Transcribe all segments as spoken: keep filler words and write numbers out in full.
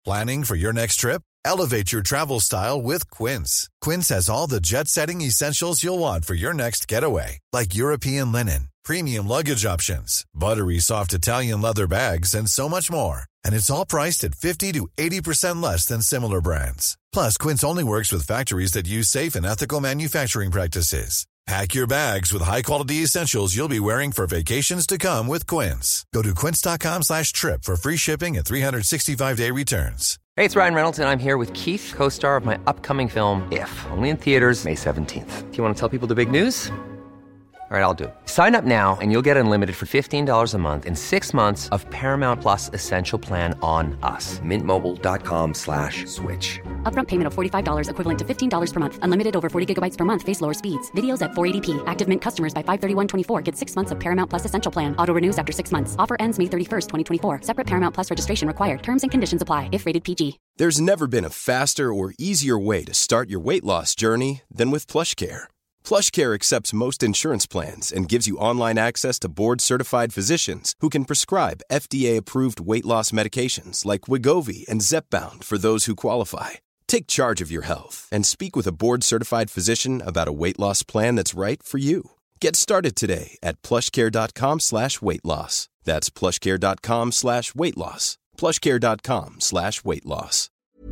Planning for your next trip? Elevate your travel style with Quince. Quince has all the jet-setting essentials you'll want for your next getaway, like European linen, premium luggage options, buttery soft Italian leather bags, and so much more. And it's all priced at fifty to eighty percent less than similar brands. Plus, Quince only works with factories that use safe and ethical manufacturing practices. Pack your bags with high-quality essentials you'll be wearing for vacations to come with Quince. Go to quince.com slash trip for free shipping and three sixty-five day returns. Hey, it's Ryan Reynolds, and I'm here with Keith, co-star of my upcoming film, If, only in theaters May seventeenth. Do you want to tell people the big news? All right, I'll do it. Sign up now and you'll get unlimited for fifteen dollars a month and six months of Paramount Plus Essential Plan on us. Mint Mobile dot com slash switch. Upfront payment of forty-five dollars equivalent to fifteen dollars per month. Unlimited over forty gigabytes per month. Face lower speeds. Videos at four eighty p. Active Mint customers by five thirty-one twenty-four get six months of Paramount Plus Essential Plan. Auto renews after six months. Offer ends May thirty-first, twenty twenty-four. Separate Paramount Plus registration required. Terms and conditions apply if rated P G. There's never been a faster or easier way to start your weight loss journey than with PlushCare. PlushCare accepts most insurance plans and gives you online access to board-certified physicians who can prescribe F D A-approved weight loss medications like Wegovy and Zepbound for those who qualify. Take charge of your health and speak with a board-certified physician about a weight loss plan that's right for you. Get started today at plushcare.com slash weight loss. That's plushcare.com slash weight loss. plushcare.com slash weight loss.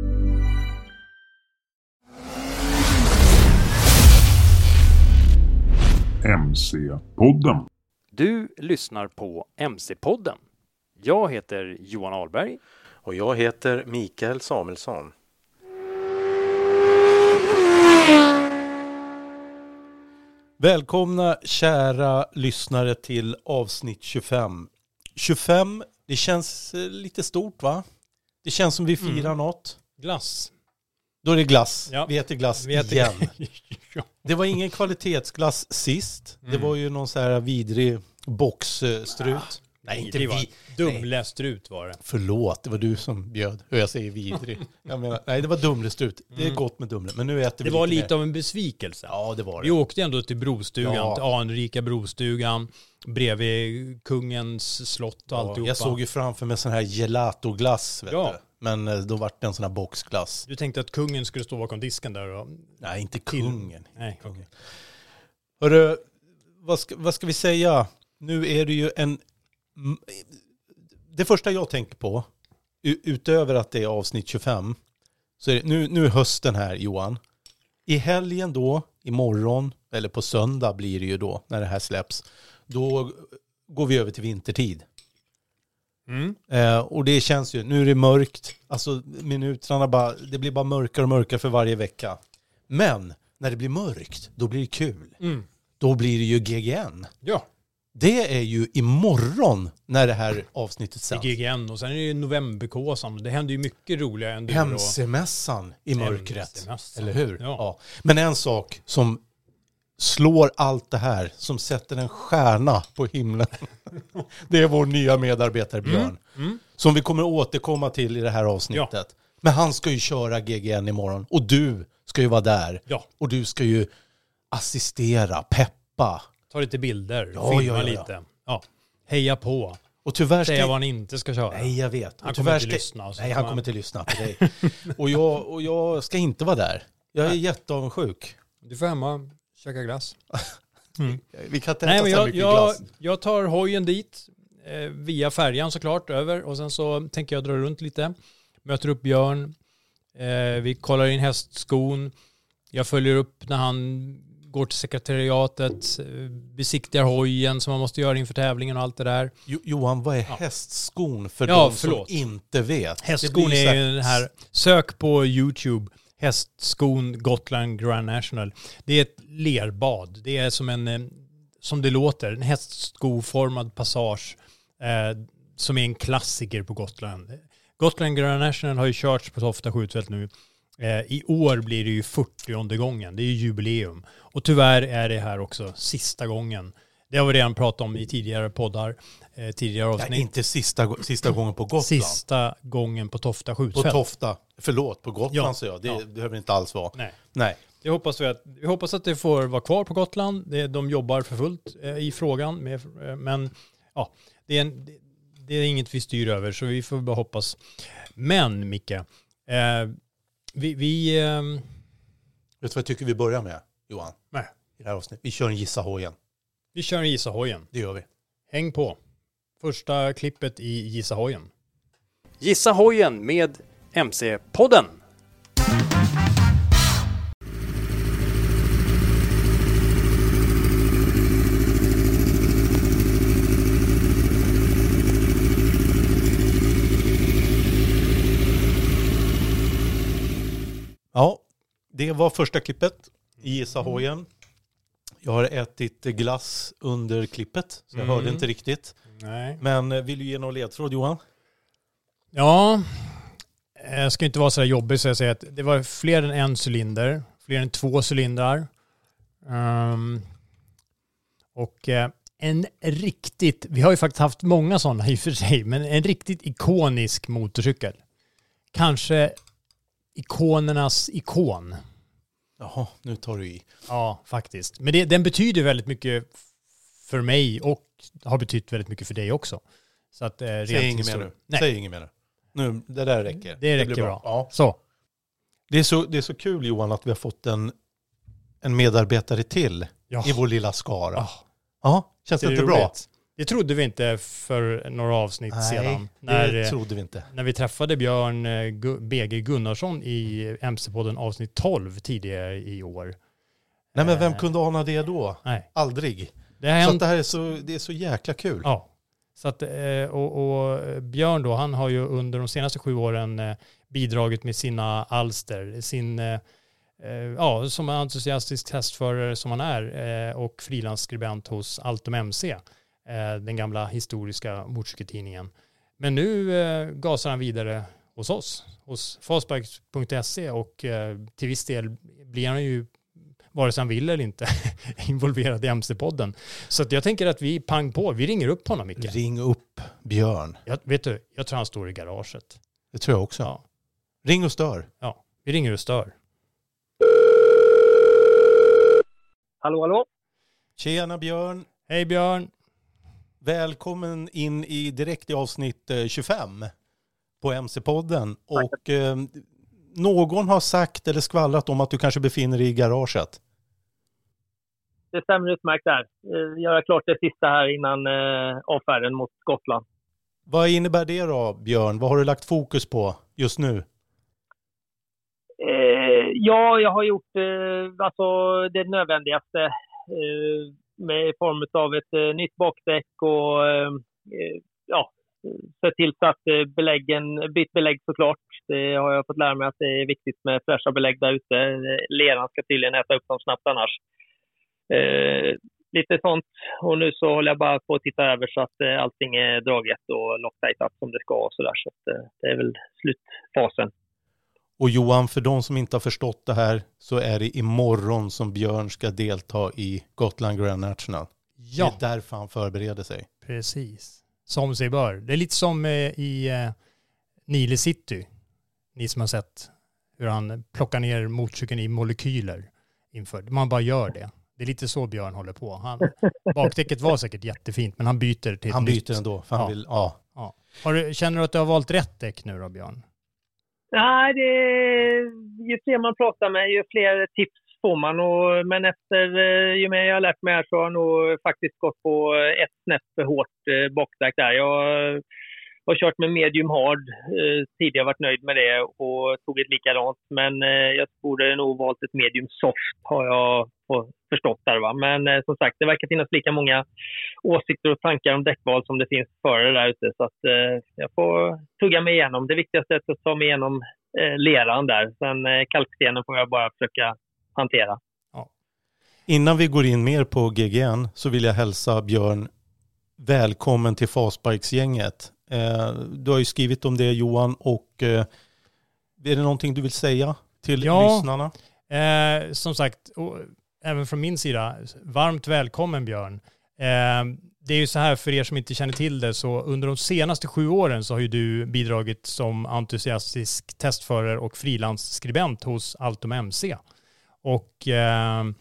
M C-podden. Du lyssnar på M C-podden. Jag heter Johan Ahlberg. Och jag heter Mikael Samuelsson. Välkomna kära lyssnare till avsnitt tjugofem. tjugofem, det känns lite stort va? Det känns som vi firar mm. något. Glass. Då är det glass. Ja. Vi äter glass vi äter... igen. Det var ingen kvalitetsglass sist. Mm. Det var ju någon så här vidrig boxstrut. Ah, nej, inte vi. Dumlestrut var det. Förlåt, det var du som bjöd. Hur jag säger vidrig. Jag menar, nej, det var dumlestrut. Det är mm. gott med dumle. Men nu äter vi Det var lite mer. Av en besvikelse. Ja, det var det. Vi åkte ändå till Brostugan, ja. till anrika Brostugan. Bredvid kungens slott och ja, alltihopa. Jag såg ju framför mig sån här gelatoglass, vet ja. du. Men då var det en sån här boxglass. Du tänkte att kungen skulle stå bakom disken där och... Nej, inte kungen. Nej, kungen. Hörru, vad ska, vad ska vi säga? Nu är det ju en... Det första jag tänker på, utöver att det är avsnitt tjugofem, så är det, nu, nu är hösten här, Johan. I helgen då, imorgon, eller på söndag blir det ju då, när det här släpps, då går vi över till vintertid. Mm. Eh, och det känns ju, nu är det mörkt, alltså minuterna bara, det blir bara mörkare och mörkare för varje vecka. Men när det blir mörkt, då blir det kul. Mm. Då blir det ju G G N. Ja. Det är ju imorgon när det här avsnittet sänds. G G N och sen är det novemberkåsan. Det händer ju mycket roligare än M C-mässan i mörkret. M C-mässan. Eller hur? Ja. Ja. Men en sak som slår allt det här, som sätter en stjärna på himlen, det är vår nya medarbetare Björn. Mm. Mm. Som vi kommer återkomma till i det här avsnittet. Ja. Men han ska ju köra G G N imorgon. Och du ska ju vara där. Ja. Och du ska ju assistera, peppa. Ta lite bilder, ja, filma ja, ja, ja. lite. Ja. Heja på. Och tyvärr ska... Säga vad han inte ska köra. Nej, jag vet. Han och kommer inte ska... lyssna. Nej, han kommer inte lyssna på dig. och, jag, och jag ska inte vara där. Jag är jätteavundsjuk. Du får hemma käka glass. Mm. Vi kan inte Nej, äta men så jag, mycket jag, glass. Jag tar hojen dit eh, via färjan såklart över. Och sen så tänker jag dra runt lite. Möter upp Björn. Eh, vi kollar in hästskon. Jag följer upp när han går till sekretariatet, besiktar hojen som man måste göra inför tävlingen och allt det där. Jo, Johan, vad är ja. hästskon för ja, de förlåt. som inte vet? Hästskon är ju den här, sök på YouTube, hästskon Gotland Grand National. Det är ett lerbad. Det är som en, som det låter, en hästskoformad passage eh, som är en klassiker på Gotland. Gotland Grand National har ju körts på Tofta skjutfält nu. I år blir det ju fyrtionde gången. Det är ju jubileum. Och tyvärr är det här också sista gången. Det har vi redan pratat om i tidigare poddar. Eh, tidigare avsnitt. Ja, inte sista, sista gången på Gotland. Sista gången på Tofta skjutfält. På Tofta. Förlåt, på Gotland ja. så jag. Det ja. behöver inte alls vara. Nej. Nej. Jag hoppas, att, jag hoppas att det får vara kvar på Gotland. Det, de jobbar för fullt eh, i frågan. Med, eh, men ja, det är en... Det, det är inget vi styr över, så vi får bara hoppas. Men Micke, eh, vi... vi eh... Vet du vad jag tycker vi börjar med, Johan? Nej. I det här avsnittet. Vi kör en gissa hojen. Vi kör en gissa hojen. Det gör vi. Häng på. Första klippet i gissa hojen. Gissa hojen med M C-podden. Ja, det var första klippet i gissa hojen. Jag har ätit glass under klippet, så jag Mm. hörde inte riktigt. Nej. Men eh, vill du ge någon ledtråd, Johan? Ja, jag ska inte vara så här jobbig så jag säger att det var fler än en cylinder, fler än två cylindrar. Um, och eh, en riktigt, vi har ju faktiskt haft många sådana i och för sig, men en riktigt ikonisk motorcykel. Kanske ikonernas ikon. Jaha, nu tar du i. Ja, faktiskt. Men det, den betyder väldigt mycket för mig och har betytt väldigt mycket för dig också. Så att, eh, Säg inget mer nu. Nej. Säg inget mer nu. nu. Det där räcker. Det räcker blir bra. bra. Ja. Så. Det är så, det är så kul, Johan, att vi har fått en, en medarbetare till Ja. i vår lilla skara. Ja. Ja, känns det Det är inte bra? roligt. Det trodde vi inte för några avsnitt Nej, sedan. det När, eh, trodde vi inte. när vi träffade Björn eh, Gu- B G Gunnarsson i M C-podden avsnitt tolv tidigare i år. Nej, men vem Eh, kunde ana det då? Nej. Aldrig. Det har Så att hänt. det här är så, det är så jäkla kul. Ja. Så att, eh, och, och Björn då, han har ju under de senaste sju åren eh, bidragit med sina alster, sin, eh, eh, ja, som entusiastisk testförare som han är eh, och frilansskribent hos Altum M C, eh, den gamla historiska motorcykeltidningen. Men nu eh, gasar han vidare hos oss, hos fastbikes punkt se, och eh, till viss del blir han ju, vare sig han vill eller inte, involverad i M C-podden. Så att jag tänker att vi pang på, vi ringer upp honom, Micke. Ring upp Björn. Jag, vet du, jag tror han står i garaget. Det tror jag också. Ja, Ring och stör. ja. Vi ringer och stör. Hallå, hallå. Tjena Björn. Hej Björn. Välkommen in i direkt i avsnitt eh, tjugofem på M C-podden. Och eh, någon har sagt eller skvallrat om att du kanske befinner dig i garaget. Det stämmer utmärkt där. Eh, Göra klart det sista här innan eh, avfärden mot Skottland. Vad innebär det då, Björn? Vad har du lagt fokus på just nu? Eh, ja, jag har gjort eh, alltså det nödvändigaste eh, med form av ett eh, nytt bakdäck och eh, ja, sett till så att eh, beläggen, bytt belägg såklart. Det har jag fått lära mig att det är viktigt med fräscha belägg där ute. Leran ska tydligen äta upp dem snabbt annars. Eh, lite sånt. Och nu så håller jag bara på att titta över så att eh, allting är draget och locktajtat som det ska och sådär. Så att, eh, det är väl slutfasen. Och Johan, för de som inte har förstått det här så är det imorgon som Björn ska delta i Gotland Grand National. Ja, Det är därför han förbereder sig. precis. Som sig bör. Det är lite som eh, i eh, Nile City. Ni som har sett hur han plockar ner motorcykeln i molekyler inför. Man bara gör det. Det är lite så Björn håller på. Han, bakdäcket var säkert jättefint, men han byter till ett Han nytt. byter ändå. För han Ja. vill, ja. Ja. Har du, känner du att du har valt rätt däck nu då, Björn? Nej, det, ju fler man pratar med, ju fler tips får man. Och, men efter, ju mer jag har lärt mig här så har jag nog faktiskt gått på ett snäpp för hårt eh, bakdäck där. Jag har kört med medium hard eh, tidigare, varit nöjd med det och tog ett likadant. Men eh, jag borde nog valt ett medium soft har jag förstått där, va. Men eh, som sagt, det verkar finnas lika många åsikter och tankar om däckval som det finns förare där ute. Så att eh, jag får tugga mig igenom. Det viktigaste är att ta mig igenom eh, leran där. Sen eh, kalkstenen får jag bara försöka hantera. Innan vi går in mer på G G N så vill jag hälsa Björn välkommen till Fastbikes-gänget. Eh, du har ju skrivit om det, Johan, och eh, är det någonting du vill säga till Ja. lyssnarna? Eh, som sagt, och även från min sida, varmt välkommen Björn. Eh, det är ju så här för er som inte känner till det, så under de senaste sju åren så har ju du bidragit som entusiastisk testförare och frilansskribent hos Altum M C. Och eh,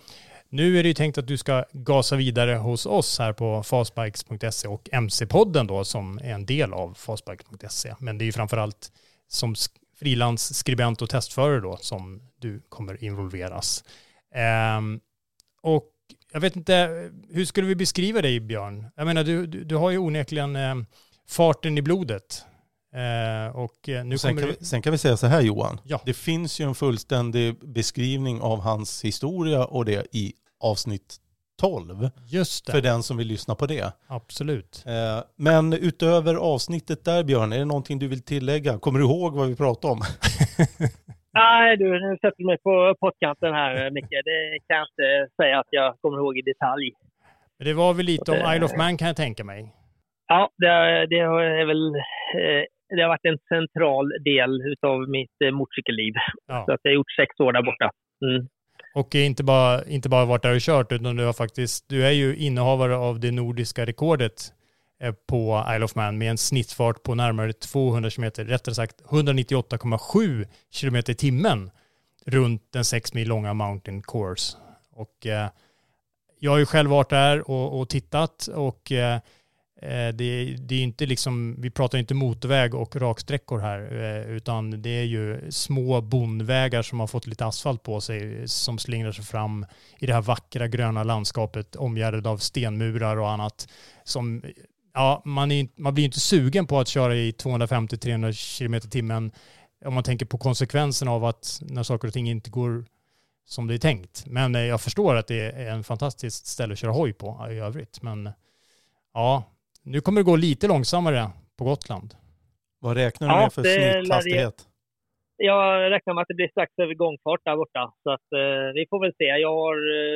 nu är det ju tänkt att du ska gasa vidare hos oss här på fastbikes punkt se och M C-podden då som är en del av fastbikes punkt se. Men det är ju framförallt som frilansskribent och testförare då som du kommer involveras. Um, och jag vet inte, hur skulle vi beskriva dig, Björn? Jag menar, du, du, du har ju onekligen eh, farten i blodet. Eh, och nu och sen, kommer kan du... vi, sen kan vi säga så här, Johan. Ja. Det finns ju en fullständig beskrivning av hans historia och det i avsnitt tolv. Just det. För den som vill lyssna på det. Absolut. Eh, men utöver avsnittet där, Björn, är det någonting du vill tillägga? Kommer du ihåg vad vi pratade om? Nej, du, nu sätter du mig på pottkanten här, Micke. Det kan jag inte säga att jag kommer ihåg i detalj. Det var väl lite om Isle of Man, kan jag tänka mig. Ja, det, det är väl... Det har varit en central del av mitt motorcykelliv. Ja. Så att jag har gjort sex år där borta. Mm. Och inte bara, inte bara varit där och kört, utan du har faktiskt, du är ju innehavare av det nordiska rekordet på Isle of Man med en snittfart på närmare tvåhundra kilometer, rättare sagt etthundranittioåtta komma sju kilometer i timmen runt den sex mil långa mountain course. Och eh, jag har ju själv varit där och, och tittat och eh, det, det är inte liksom, vi pratar inte motorväg och raksträckor här, eh, utan det är ju små bondvägar som har fått lite asfalt på sig som slingrar sig fram i det här vackra gröna landskapet omgärdade av stenmurar och annat som, ja, man, är, man blir inte sugen på att köra i tvåhundrafemtio till trehundra kilometer i timmen om man tänker på konsekvenserna av att när saker och ting inte går som det är tänkt. Men eh, jag förstår att det är en fantastiskt ställe att köra hoj på i övrigt. Men ja, nu kommer det gå lite långsammare på Gotland. Vad räknar du ja, med för snitthastighet? Jag räknar med att det blir strax över gångfart där borta. Så att, eh, vi får väl se. Jag har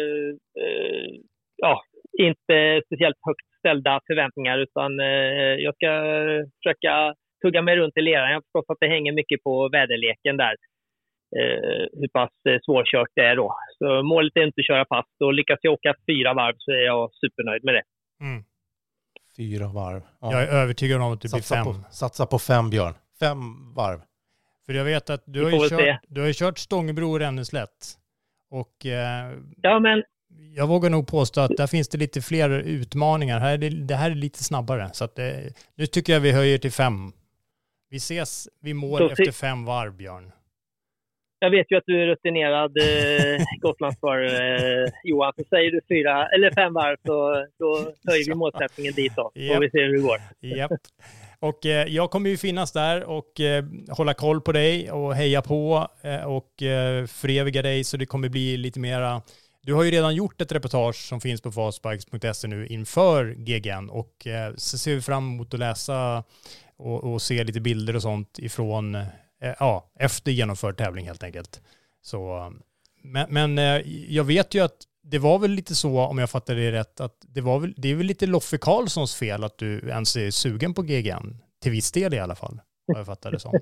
eh, ja, inte speciellt högt ställda förväntningar, utan eh, jag ska försöka tugga mig runt i leran. Jag har förstått att det hänger mycket på väderleken där. Eh, hur pass eh, svårkört det är då. Så målet är inte att köra fast. Och lyckas jag åka fyra varv så är jag supernöjd med det. Mm. Fyra varv. Ja. Jag är övertygad om att det satsa blir fem. På, satsa på fem, Björn. Fem varv. För jag vet att du har, ju kört, du har ju kört Stångebro och Ränneslätt. Och eh, ja, men... jag vågar nog påstå att där finns det lite fler utmaningar. Här är det, det här är lite snabbare. Så att det, nu tycker jag vi höjer till fem. Vi ses vid mål så efter fem varv, Björn. Jag vet ju att du är rutinerad eh, Gotlandsförare, eh, Johan. Så säger du fyra eller fem varv så då höjer vi målsättningen dit då. Yep. Får vi se hur det går. Japp. Och eh, jag kommer ju finnas där och eh, hålla koll på dig och heja på eh, och eh, föreviga dig, så det kommer bli lite mera. Du har ju redan gjort ett reportage som finns på fastbikes punkt se nu inför G G N och eh, så ser vi fram emot att läsa och, och se lite bilder och sånt ifrån ja, efter genomförd tävling helt enkelt. Så, men men jag vet ju att det var väl lite så, om jag fattar det rätt, att det, var väl, det är väl lite Loffe Karlssons fel att du ens är sugen på G G N. Till viss del i alla fall, vad jag fattar det som.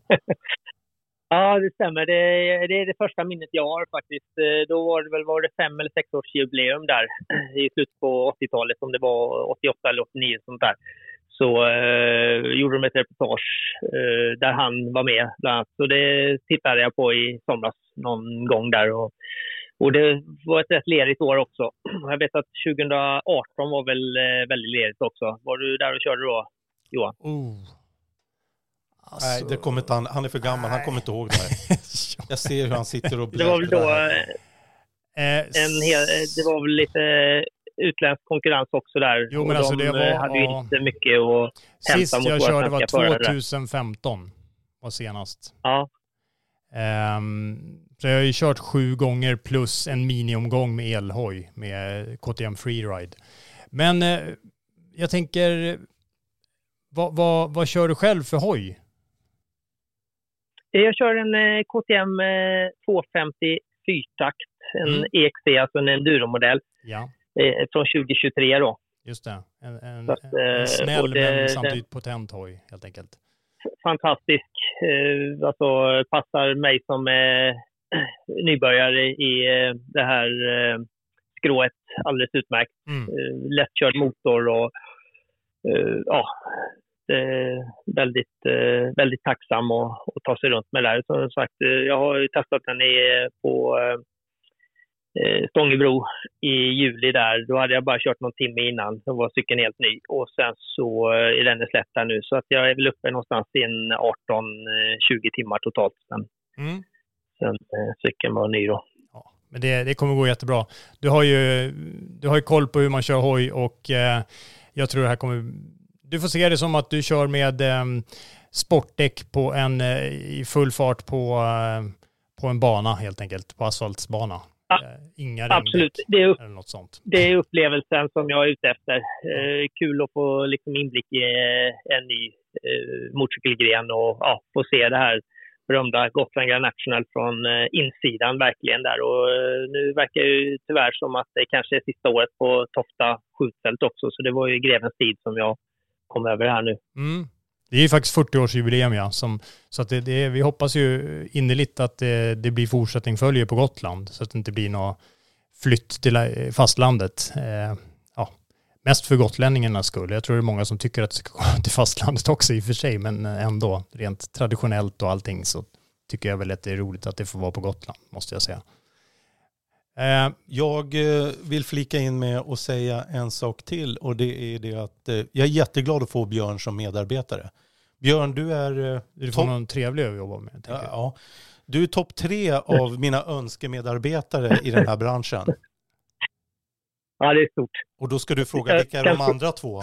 Ja, det stämmer. Det, det är det första minnet jag har faktiskt. Då var det väl var det fem eller sex års jubileum där i slutet på åttiotalet, om det var åttioåtta eller åttionio sånt där. Så eh, gjorde de ett reportage eh, där han var med bland annat. Så det tittade jag på i somras någon gång där. Och, och det var ett rätt lerigt år också. Jag vet att tjugoarton var väl eh, väldigt lerigt också. Var du där och körde då, Johan? Oh. Alltså... Nej, det kommer inte han, han är för gammal, nej. Han kommer inte ihåg det här. Jag ser hur han sitter och bläddrar. Det var väl då eh, en hel, det var väl lite utländsk konkurrens också där. Jo, men alltså de det var, hade ju ja, inte mycket att hämta sist mot jag körde var förare. tjugohundrafemton var senast. Ja. Um, så jag har ju kört sju gånger plus en miniomgång med elhoj med K T M Freeride. Men uh, jag tänker, vad, vad, vad kör du själv för hoj? Jag kör en eh, K T M eh, tvåhundrafemtio fyrtakt, en mm. E X C, alltså en enduromodell. Ja. Eh, från tjugo tjugotre då. Just det. En, en, att, en snäll det, men samtidigt potent hoj helt enkelt. Fantastisk. Eh, alltså passar mig som eh, nybörjare i eh, det här eh, skrået alldeles utmärkt. Mm. Eh, lättkörd motor och eh, ja, väldigt, väldigt tacksam att, att ta sig runt med det här. Som sagt, jag har ju testat den i, på eh, Stångebro i juli där. Då hade jag bara kört någon timme innan. Då var cykeln helt ny. Och sen så eh, är den släppt där nu. Så att jag är väl uppe någonstans i en arton tjugo timmar totalt sen. Mm. Sen eh, cykeln var ny då. Ja, men det, det kommer gå jättebra. Du har ju, du har ju koll på hur man kör hoj och eh, jag tror det här kommer... Du får se det som att du kör med eh, sportdäck på en, eh, i full fart på, eh, på en bana helt enkelt, på asfaltsbana. Ja, eh, inga absolut. Det är, upp, eller något sånt. Det är upplevelsen som jag är ute efter. Eh, kul att få liksom inblick i eh, en ny eh, motorcykelgren och ja, få se det här berömda Gotland Grand National från eh, insidan verkligen där. Och eh, nu verkar ju tyvärr som att det kanske är sista året på Tofta skjutfält också. Så det var ju grevens tid som jag kom över här nu. Mm. Det är ju faktiskt fyrtio-årsjubileum, ja. Som, så att det, det, vi hoppas ju innerligt att det, det blir fortsättning följer på Gotland. Så att det inte blir någon flytt till fastlandet. Eh, ja, mest för gotlänningarnas skull. Jag tror det är många som tycker att det ska gå till fastlandet också i och för sig. Men ändå, rent traditionellt och allting så tycker jag väl att det är roligt att det får vara på Gotland, måste jag säga. Jag vill flika in med att säga en sak till och det är det att jag är jätteglad att få Björn som medarbetare. Björn, du är... Du får någon trevlig att jobba med. Ja, ja. Du är topp tre av mina önskemedarbetare i den här branschen. Ja, det är stort. Och då ska du fråga, vilka är de andra två?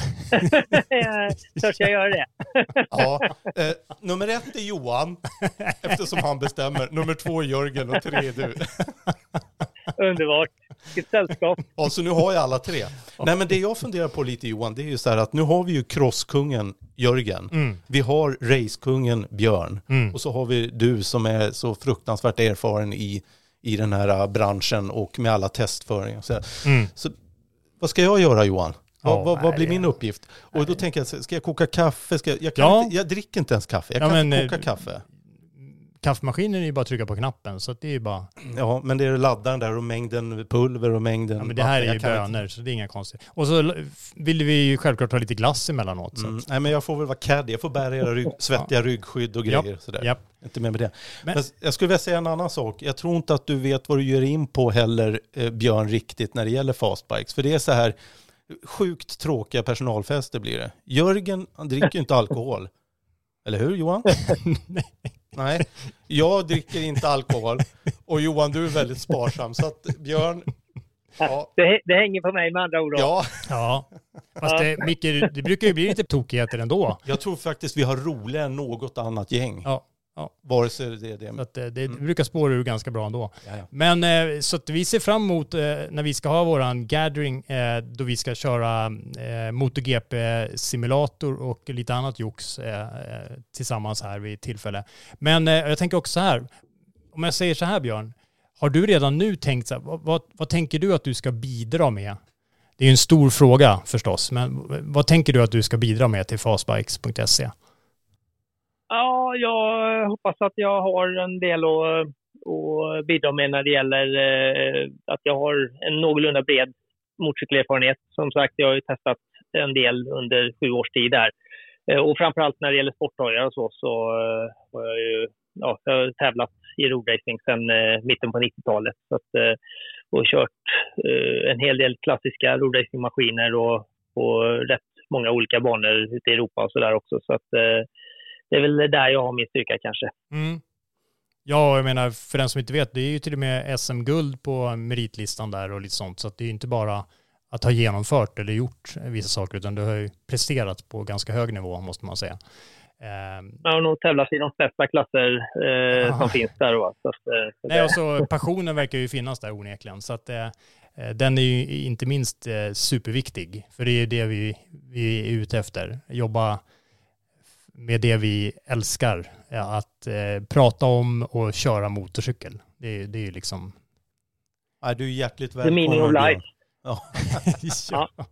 Så ska jag göra det. Ja, eh, nummer ett är Johan, eftersom han bestämmer. Nummer två är Jörgen och tre är du. Underbart. Vilket sällskap. Ja, så nu har jag alla tre. Nej, men det jag funderar på lite, Johan, det är ju så här att nu har vi ju crosskungen Jörgen. Mm. Vi har racekungen Björn. Mm. Och så har vi du som är så fruktansvärt erfaren i, i den här branschen och med alla testföringar. Så, mm. så vad ska jag göra, Johan? Vad, oh, vad, vad blir min uppgift? Och då tänker jag, ska jag koka kaffe? Ska jag, jag, kan ja. inte, jag dricker inte ens kaffe. Jag ja, kan men, inte koka kaffe. Kaffemaskinen är ju bara att trycka på knappen, så att det är ju bara... Ja, men det är laddaren där och mängden pulver och mängden... Ja, men det här är ju bönor, inte... så det är inga konstigt. Och så vill vi ju självklart ha lite glass emellanåt. Så. Mm. Nej, men jag får väl vara caddy. Jag får bära era rygg, svettiga ryggskydd och grejer. Japp, sådär. Japp. Inte med med det. Men... men jag skulle vilja säga en annan sak. Jag tror inte att du vet vad du gör in på heller, eh, Björn, riktigt när det gäller fastbikes. För det är så här... Sjukt tråkiga personalfester blir det. Jörgen, han dricker ju inte alkohol. Eller hur, Johan? Nej. Nej, jag dricker inte alkohol. Och Johan, du är väldigt sparsam. Så att Björn... Ja. Det, det hänger på mig med andra ord. Ja. ja. Fast det, Micke, det brukar ju bli lite tokigheter ändå. Jag tror faktiskt vi har roligare än något annat gäng. Ja. Ja. Vare sig det är det. Så att det, det mm. brukar spåra ur ganska bra ändå. Jaja. Men eh, så att vi ser fram emot eh, när vi ska ha våran gathering eh, då vi ska köra eh, MotoGP-simulator och lite annat jox eh, tillsammans här vid tillfälle. Men eh, jag tänker också så här, om jag säger så här, Björn, har du redan nu tänkt så här, vad, vad, vad tänker du att du ska bidra med? Det är ju en stor fråga förstås, men vad tänker du att du ska bidra med till fastbikes punkt se? Ja, jag hoppas att jag har en del att, att bidra med när det gäller eh, att jag har en någorlunda bred motorcykelerfarenhet. Som sagt, jag har ju testat en del under sju års tid där. Eh, och framförallt när det gäller sporthojar och så, så eh, har jag ju ja, jag har tävlat i roadracing sedan eh, mitten på nittiotalet. Så att, eh, och kört eh, en hel del klassiska roadracingmaskiner och, och rätt många olika banor ute i Europa och sådär också. Så att eh, det är väl där jag har min styrka kanske. Mm. Ja, jag menar, för den som inte vet, det är ju till och med S M-guld på meritlistan där och lite sånt. Så att det är inte bara att ha genomfört eller gjort vissa saker, utan du har ju presterat på ganska hög nivå, måste man säga. Um, jag har nog tävlat i de flesta klasser eh, som finns där. Då, så att, så nej, och så passionen verkar ju finnas där onekligen. Så att eh, den är ju inte minst eh, superviktig. För det är ju det vi, vi är ute efter. Jobba med det vi älskar. Ja, att eh, prata om och köra motorcykel. Det, det är ju liksom... Ja, du är hjärtligt välkommen. The meaning of life. Ja. ja. ja.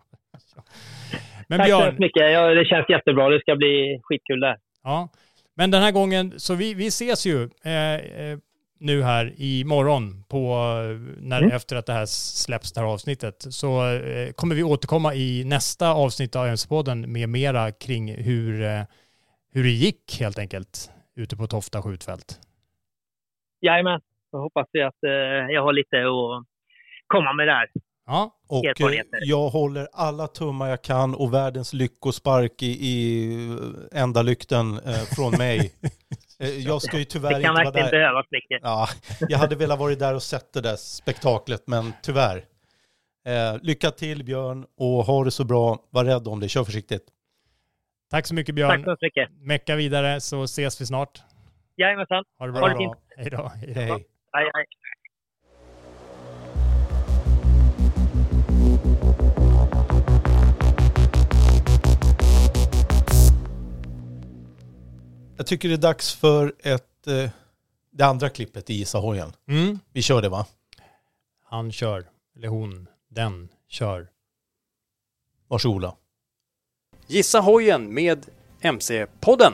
Men tack Björn, så mycket. Ja, det känns jättebra. Det ska bli skitkul där. Ja, men den här gången, så vi, vi ses ju eh, nu här i morgon på, när, mm. efter att det här släpps, det här avsnittet. Så eh, kommer vi återkomma i nästa avsnitt av M C-podden med mera kring hur, eh, hur det gick helt enkelt ute på Tofta skjutfält. Jajamän, jag hoppas att eh, jag har lite att komma med där. Ja. Och eh, jag håller alla tummar jag kan och världens lyckospark i, i ändalykten eh, från mig. eh, jag ska ju tyvärr det kan inte vara verkligen där. behövas mycket. Ja, jag hade velat vara där och sett det där spektaklet, men tyvärr. Eh, lycka till Björn och ha det så bra. Var rädd om det. Kör försiktigt. Tack så mycket Björn. Tack så mycket. Mecka vidare så ses vi snart. Jajamensan. Ha det bra. Ha det fint. Hej då. Hej då. Hej. Hej, hej. Jag tycker det är dags för ett, eh, det andra klippet i Gissa Hojen. Mm. Vi kör det va? Han kör. Eller hon. Den kör. Varsågoda. Gissa Hojen med M C-podden.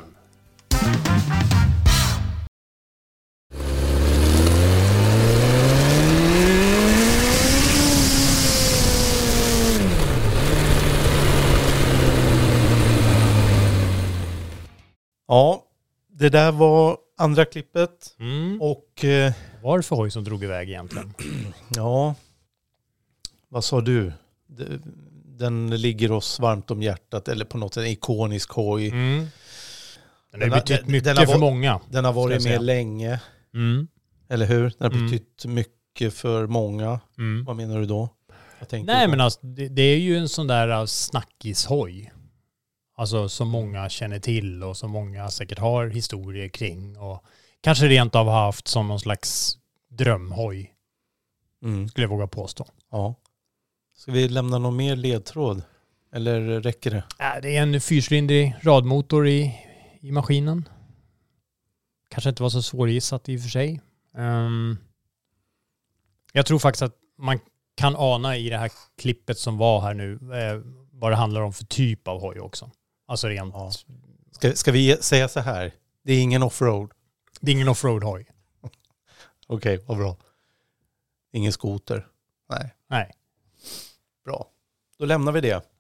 Ja, det där var andra klippet. Mm. Och eh, Varför hoj som drog iväg egentligen? ja, vad sa du? Den ligger oss varmt om hjärtat, eller på något sätt en ikonisk hoj. Mm. Den har Den har- betytt den- mycket den har för varit- många. Den har ska jag varit säga. med länge, Mm. eller hur? Den har Mm. betytt mycket för många. Mm. Vad menar du då? Jag tänkte Nej på- men alltså, det, det är ju en sån där uh, snackishoj. Alltså som många känner till och som många säkert har historier kring. Och kanske rent av har haft som någon slags drömhoj. Mm. Skulle jag våga påstå. Ja. Ska vi lämna någon mer ledtråd? Eller räcker det? Äh, det är en fyrcylindrig radmotor i, i maskinen. Kanske inte var så svårgissat i och för sig. Um, jag tror faktiskt att man kan ana i det här klippet som var här nu eh, vad det handlar om för typ av hoj också. Alltså rent... Ja. Ska, ska vi säga så här? Det är ingen offroad. Det är ingen offroad-hoj. Okej, vad bra. Ingen skoter. Nej. Nej. Bra. Då lämnar vi det.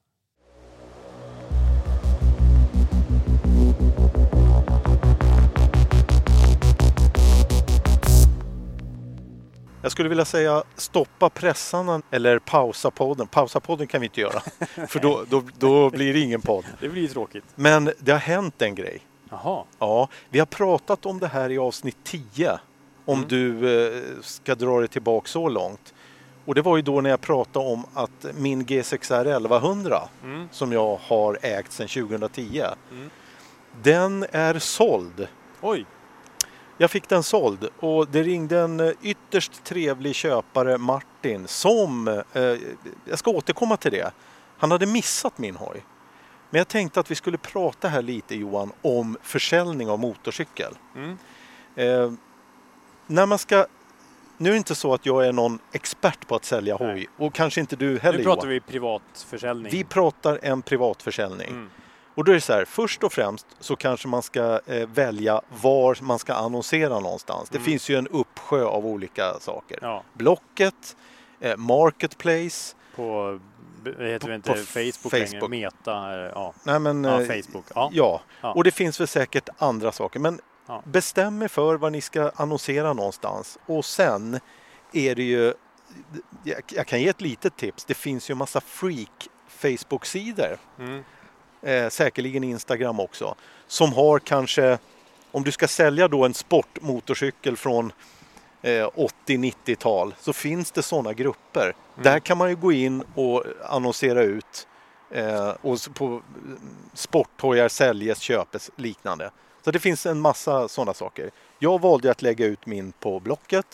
Jag skulle vilja säga stoppa pressarna eller pausa podden. Pausa podden kan vi inte göra. För då, då, då blir det ingen podd. Det blir ju tråkigt. Men det har hänt en grej. Jaha. Ja, vi har pratat om det här i avsnitt tio. Om Mm. du eh, ska dra det tillbaka så långt. Och det var ju då när jag pratade om att min G sex R elva hundra Mm. som jag har ägt sedan tjugohundratio. Mm. Den är såld. Oj. Jag fick den såld och det ringde en eh, ytterst trevlig köpare, Martin, som, eh, jag ska återkomma till det. Han hade missat min hoj. Men jag tänkte att vi skulle prata här lite, Johan, om försäljning av motorcykel. Mm. Eh, när man ska, nu är det inte så att jag är någon expert på att sälja hoj. Nej. Och kanske inte du heller, Nu pratar Johan. vi privatförsäljning. Vi pratar en privatförsäljning. Mm. Och då är det så här, först och främst så kanske man ska eh, välja var man ska annonsera någonstans. Det Mm. finns ju en uppsjö av olika saker. Ja, Blocket, eh, Marketplace. på, det heter På- väl inte på Facebook, Facebook. längre, Meta, eh, ja. Nej, men, Ja, eh, Facebook. Ja. Ja. Ja. Och det finns väl säkert andra saker. Men Ja. bestäm er för vad ni ska annonsera någonstans. Och sen är det ju, jag, jag kan ge ett litet tips. Det finns ju en massa freak Facebook-sidor. Mm. Eh, säkerligen Instagram också. Som har kanske, om du ska sälja då en sportmotorcykel från eh, åttio-nittiotal så finns det sådana grupper. Mm. Där kan man ju gå in och annonsera ut eh, och s- på sporthojar säljes, köpes, liknande. Så det finns en massa sådana saker. Jag valde att lägga ut min på Blocket.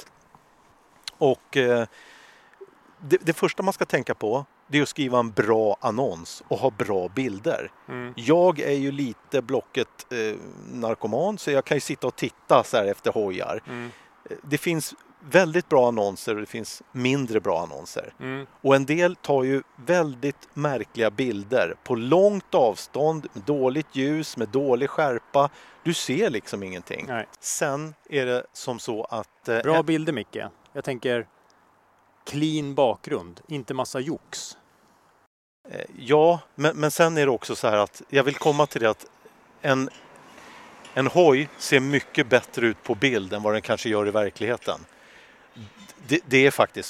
Och eh, det, det första man ska tänka på det är att skriva en bra annons och ha bra bilder. Mm. Jag är ju lite Blocket eh, narkoman så jag kan ju sitta och titta så här efter hojar. Mm. Eh, Det finns väldigt bra annonser och det finns mindre bra annonser. Mm. Och en del tar ju väldigt märkliga bilder på långt avstånd, med dåligt ljus, med dålig skärpa. Du ser liksom ingenting. Nej. Sen är det som så att... eh, Bra bilder, Micke. Jag tänker clean bakgrund, inte massa jox. Eh, Ja, men, men sen är det också så här att jag vill komma till det att en, en hoj ser mycket bättre ut på bild än vad den kanske gör i verkligheten. Det, det är faktiskt så.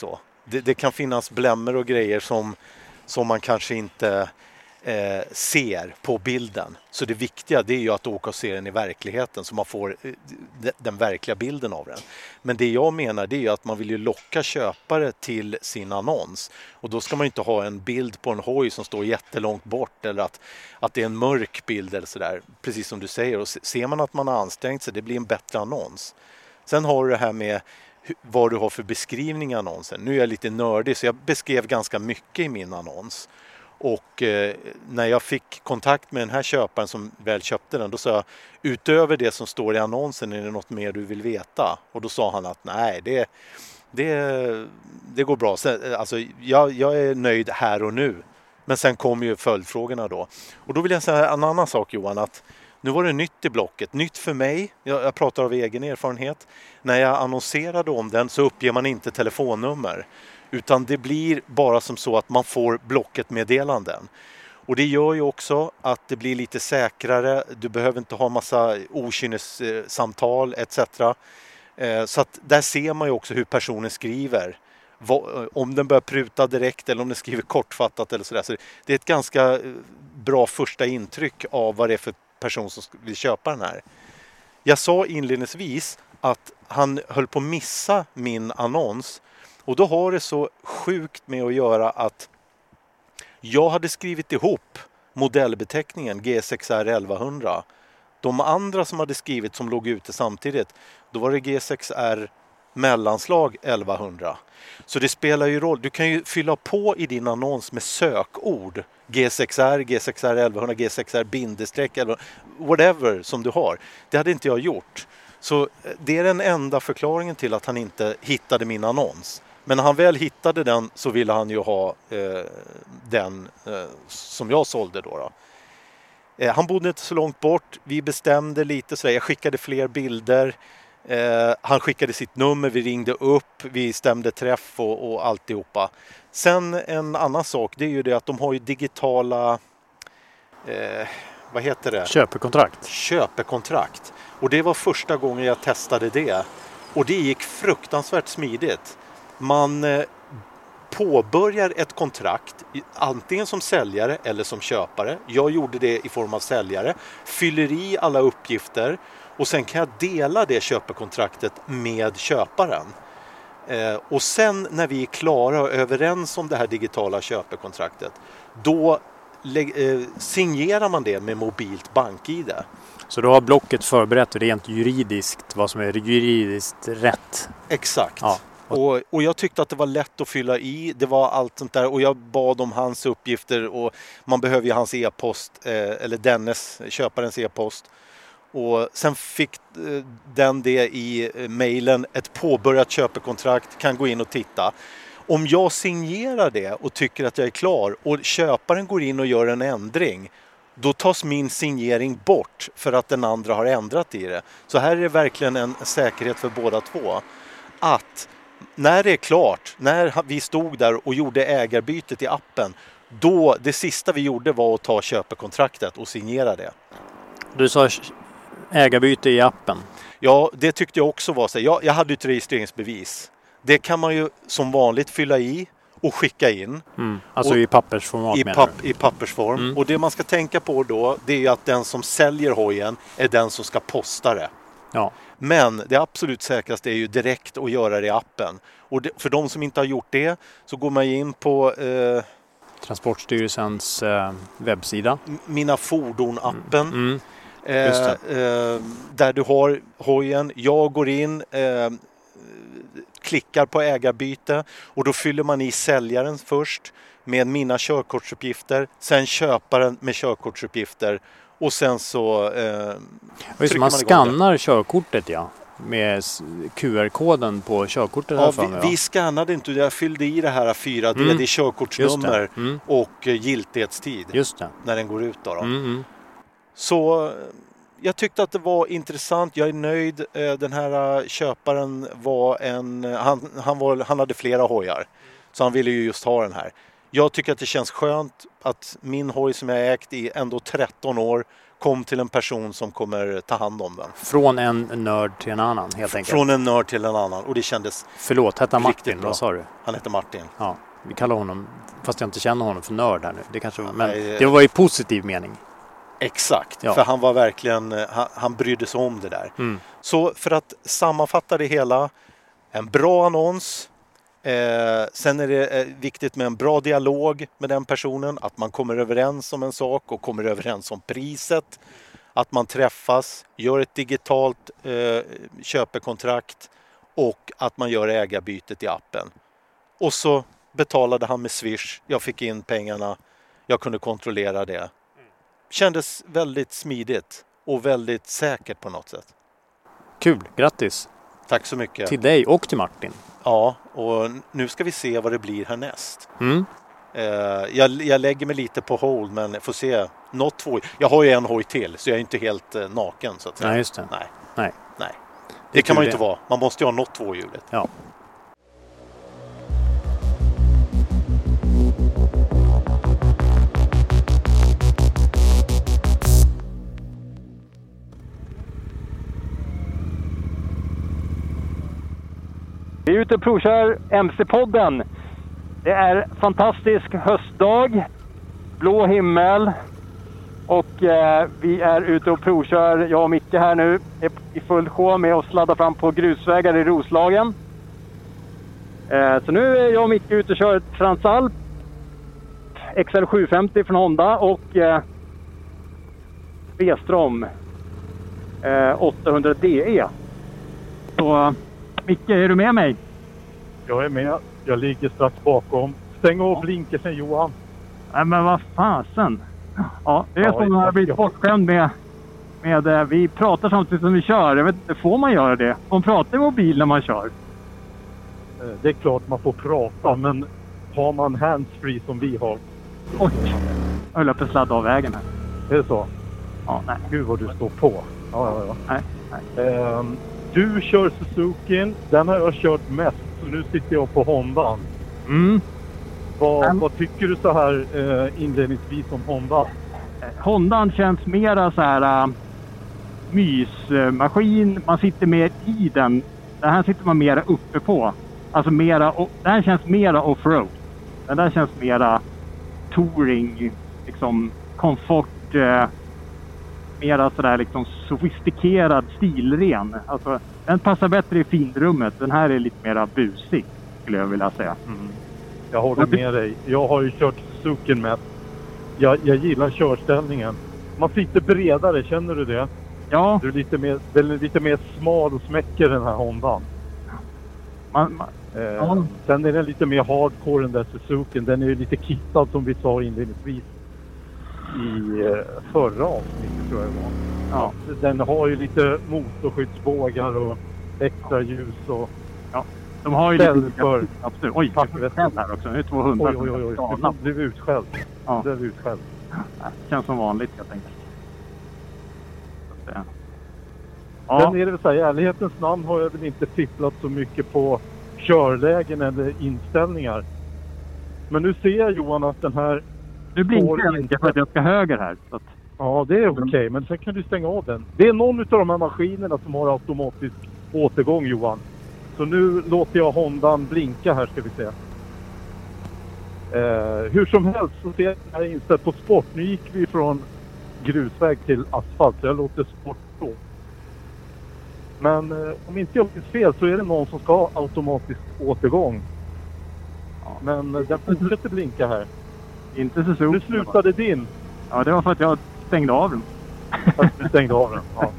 det, det kan finnas blämmer och grejer som, som man kanske inte eh, ser på bilden. Så det viktiga det är ju att åka och se den i verkligheten så man får eh, de, den verkliga bilden av den. Men det jag menar det är ju att man vill ju locka köpare till sin annons. Och då ska man ju inte ha en bild på en hoj som står jättelångt bort eller att, att det är en mörk bild eller sådär. Precis som du säger. Och ser man att man har ansträngt sig, det blir en bättre annons. Sen har du det här med vad du har för beskrivning i annonsen. Nu är jag lite nördig så jag beskrev ganska mycket i min annons. Och eh, när jag fick kontakt med den här köparen som väl köpte den, då sa jag utöver det som står i annonsen är det något mer du vill veta? Och då sa han att nej, det, det, det går bra. Sen, alltså, jag, jag är nöjd här och nu. Men sen kom ju följdfrågorna då. Och då vill jag säga en annan sak Johan, att nu var det nytt i blocket. Nytt för mig, jag, jag pratar av egen erfarenhet. När jag annonserade om den så uppger man inte telefonnummer. Utan det blir bara som så att man får blocket-meddelanden. Och det gör ju också att det blir lite säkrare. Du behöver inte ha massa okynnessamtal et cetera. Så att där ser man ju också hur personen skriver. Om den börjar pruta direkt eller om den skriver kortfattat eller sådär. Så det är ett ganska bra första intryck av vad det är för person som vill köpa den här. Jag sa inledningsvis att han höll på att missa min annons. Och då har det så sjukt med att göra att jag hade skrivit ihop modellbeteckningen G sex R elva hundra. De andra som hade skrivit som låg ute samtidigt, då var det G sex R mellanslag elva hundra. Så det spelar ju roll. Du kan ju fylla på i din annons med sökord. G sex R, G sex R elva hundra, G sex R bindestreck eller whatever som du har. Det hade inte jag gjort. Så det är den enda förklaringen till att han inte hittade min annons. Men när han väl hittade den så ville han ju ha eh, den eh, som jag sålde då. då. Eh, han bodde inte så långt bort. Vi bestämde lite så jag skickade fler bilder. Eh, han skickade sitt nummer, vi ringde upp, vi stämde träff och, och alltihopa. Sen en annan sak, det är ju det att de har ju digitala, eh, vad heter det? Köpekontrakt. Köpekontrakt. Och det var första gången jag testade det. Och det gick fruktansvärt smidigt. Man eh, påbörjar ett kontrakt antingen som säljare eller som köpare. Jag gjorde det i form av säljare. Fyller i alla uppgifter och sen kan jag dela det köpekontraktet med köparen. Eh, och sen när vi är klara och överens om det här digitala köpekontraktet, då eh, signerar man det med mobilt bank-I D. Så då har blocket förberett rent juridiskt vad som är juridiskt rätt? Exakt. Ja. Och, och jag tyckte att det var lätt att fylla i. Det var allt sånt där. Och jag bad om hans uppgifter. Och man behöver ju hans e-post. Eh, eller dennes, köparens e-post. Och sen fick eh, den det i eh, mejlen. Ett påbörjat köpekontrakt. Kan gå in och titta. Om jag signerar det och tycker att jag är klar. Och köparen går in och gör en ändring. Då tas min signering bort. För att den andra har ändrat i det. Så här är det verkligen en säkerhet för båda två. Att när det är klart, när vi stod där och gjorde ägarbytet i appen, då det sista vi gjorde var att ta köpekontraktet och signera det. Du sa ägarbyte i appen? Ja, det tyckte jag också var så. Jag, jag hade ett registreringsbevis. Det kan man ju som vanligt fylla i och skicka in. Mm, alltså och, i pappersformat i, menar papp, du? I pappersform. Mm. Och det man ska tänka på då, det är att den som säljer hojen är den som ska posta det. Ja. Men det absolut säkraste är ju direkt att göra det i appen. Och det, för de som inte har gjort det så går man in på eh, Transportstyrelsens eh, webbsida. Mina fordon-appen. Mm. Mm. Eh, eh, där du har hojen. Jag går in, eh, klickar på ägarbyte och då fyller man i säljaren först med mina körkortsuppgifter. Sen köparen med körkortsuppgifter. Och sen så eh, Visst, man, man skannar körkortet ja med Q R-koden på körkortet. Ja, vi, vi, vi skannade inte, jag fyllde i det här fyra D, mm. det är körkortsnummer mm. och giltighetstid. Just det. När den går ut då. då. Mm. Så jag tyckte att det var intressant, jag är nöjd. Den här köparen var en, han, han, var, han hade flera hojar. Så han ville ju just ha den här. Jag tycker att det känns skönt att min hoj som jag ägt i ändå tretton år kom till en person som kommer ta hand om den. Från en nörd till en annan helt enkelt. Från en nörd till en annan och det kändes Förlåt, hette han Martin? bra. Vad sa du? Han heter Martin. Ja, vi kallar honom, fast jag inte känner honom, för nörd här nu. Det kanske, Ja, men nej, det var i positiv mening. Exakt, Ja. för han var verkligen, han, han brydde sig om det där. Mm. Så för att sammanfatta det hela, en bra annons. Eh, sen är det eh, viktigt med en bra dialog med den personen, att man kommer överens om en sak och kommer överens om priset. Att man träffas, gör ett digitalt eh, köpekontrakt och att man gör ägarbytet i appen. Och så betalade han med Swish, jag fick in pengarna, jag kunde kontrollera det. Kändes väldigt smidigt och väldigt säkert på något sätt. Kul, grattis. Tack så mycket. Till dig och till Martin. Ja, och nu ska vi se vad det blir härnäst. Mm. Eh, jag, jag lägger mig lite på hold, men får se. Något två. Jag har ju en hoj till, så jag är inte helt eh, naken så att säga. Nej, just det. Nej. Nej. Nej. Det, Det kan man ju det. inte vara. Man måste ju ha något tvåhjuligt. Ja. Vi är ute och provkör M C-podden. Det är fantastisk höstdag, blå himmel och eh, vi är ute och provkör. Jag och Micke här nu är i full sjå med att sladda fram på grusvägar i Roslagen. Eh, så nu är jag och Micke ute och kör ett Transalp X L sjuhundrafemtio från Honda och eh, V-strom eh, åttahundra D E. Så Micke, är du med mig? Jag är med. Jag ligger strax bakom. Stäng av blinkersen, Johan. Nej, men vad fasen. Ja, det är Ja, som att jag har blivit bortskämd med, med... eh, Vi pratar samtidigt som vi kör. Jag vet inte, får man göra det? Man pratar i mobil när man kör. Eh, Det är klart man får prata, men har man handsfree som vi har. Oj, jag höll på att sladda av vägen här. Är det så? Ja, nej. Gud vad du står på. Ja, ja, ja. Nej, nej. Ehm, du kör Suzuki. Den har jag kört mest. Så nu sitter jag på Honda. Mm. Vad, Mm. vad tycker du så här eh, inledningsvis om Honda? Hondan känns mera så här uh, mysmaskin. Man sitter mer i den. Den här sitter man mera uppe på. Alltså mera, o- den här känns mera offroad. Den där känns mera touring, liksom komfort, uh, mera sådär liksom sofistikerad, stilren. Alltså den passar bättre i finrummet. Den här är lite mera busig, skulle jag vilja säga. Mm. Jag håller med dig. Jag har ju kört Suzuki med. Jag, jag gillar körställningen. Man sitter bredare, känner du det? Ja. Du är lite mer, den är lite mer smal och smäcker den här Hondan. Man, man, eh, ja. Sen är den lite mer hardcore den där Suzuki. Den är ju lite kittad som vi sa inledningsvis i eh, förra avsnittet, tror jag det var. Ja. Den har ju lite motorskyddsbågar och extra ljus och... Ja. De har ju ställ lite... för... Absolut. Oj, det är här också. Nu är tvåhundra. Oj, oj, oj. oj. Du blev utskälld. Ja. Du blev utskälld. Det känns som vanligt, helt enkelt. Ja. Sen är det väl så här, i ärlighetens namn har jag väl inte fipplat så mycket på körlägen eller inställningar. Men nu ser jag, Johan, att den här... Nu blinkar jag inte för att jag ska höger här. Så att... Ja, det är okej. Okay, men sen kan du stänga av den. Det är någon av de här maskinerna som har automatisk återgång, Johan. Så nu låter jag Hondan blinka här, ska vi se. Eh, hur som helst så ser jag här inställt på sport. Nu gick vi från grusväg till asfalt, så jag låter sport då. Men eh, om inte jag minns fel så är det någon som ska ha automatisk återgång. Ja. Men eh, den fortsätter blinka här. Inte så stort. Nu slutade din. Ja, det var för att jag stängde av den. Att du stängde av den, ja.